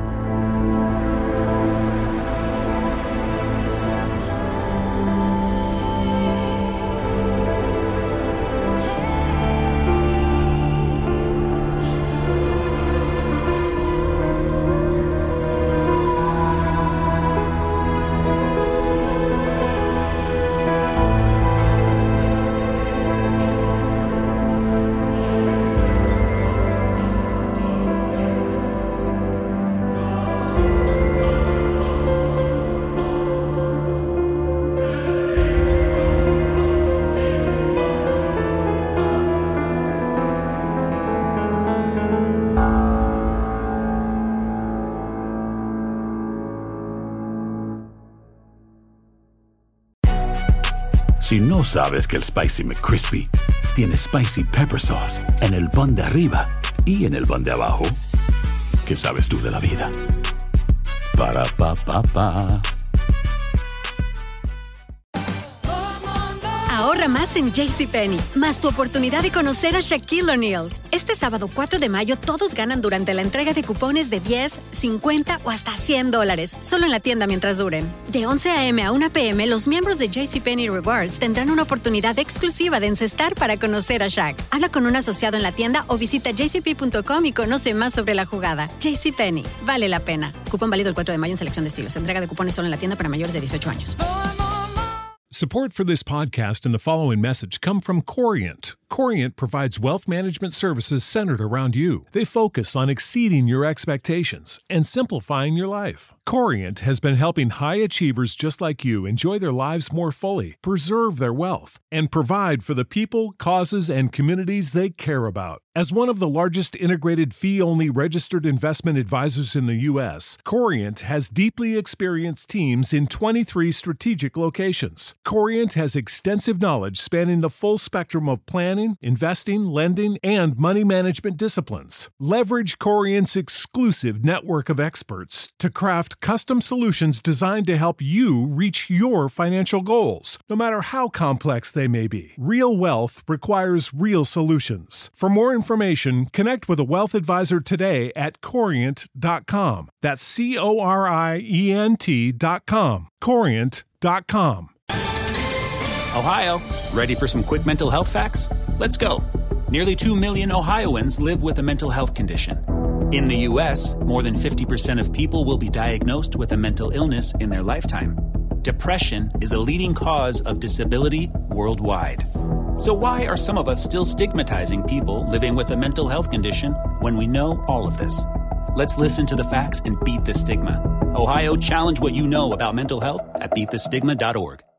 Si no sabes que el Spicy McCrispy tiene Spicy Pepper Sauce en el pan de arriba y en el pan de abajo, ¿qué sabes tú de la vida? Para, pa, pa, pa. Ahorra más en JCPenney, más tu oportunidad de conocer a Shaquille O'Neal. Este sábado 4 de mayo todos ganan durante la entrega de cupones de 10, 50 o hasta $100, solo en la tienda mientras duren. De 11 a.m. a 1 p.m. los miembros de JCPenney Rewards tendrán una oportunidad exclusiva de encestar para conocer a Shaq. Habla con un asociado en la tienda o visita jcp.com y conoce más sobre la jugada. JCPenney, vale la pena. Cupón válido el 4 de mayo en selección de estilos. Entrega de cupones solo en la tienda para mayores de 18 años. Support for this podcast and the following message come from Corient. Corient provides wealth management services centered around you. They focus on exceeding your expectations and simplifying your life. Corient has been helping high achievers just like you enjoy their lives more fully, preserve their wealth, and provide for the people, causes, and communities they care about. As one of the largest integrated fee-only registered investment advisors in the U.S., Corient has deeply experienced teams in 23 strategic locations. Corient has extensive knowledge spanning the full spectrum of planning, investing, lending, and money management disciplines. Leverage Corient's exclusive network of experts to craft custom solutions designed to help you reach your financial goals, no matter how complex they may be. Real wealth requires real solutions. For more information, connect with a wealth advisor today at Corient.com. That's Corient.com. Corient.com. Ohio, ready for some quick mental health facts? Let's go. Nearly 2 million Ohioans live with a mental health condition. In the U.S., more than 50% of people will be diagnosed with a mental illness in their lifetime. Depression is a leading cause of disability worldwide. So why are some of us still stigmatizing people living with a mental health condition when we know all of this? Let's listen to the facts and beat the stigma. Ohio, challenge what you know about mental health at beatthestigma.org.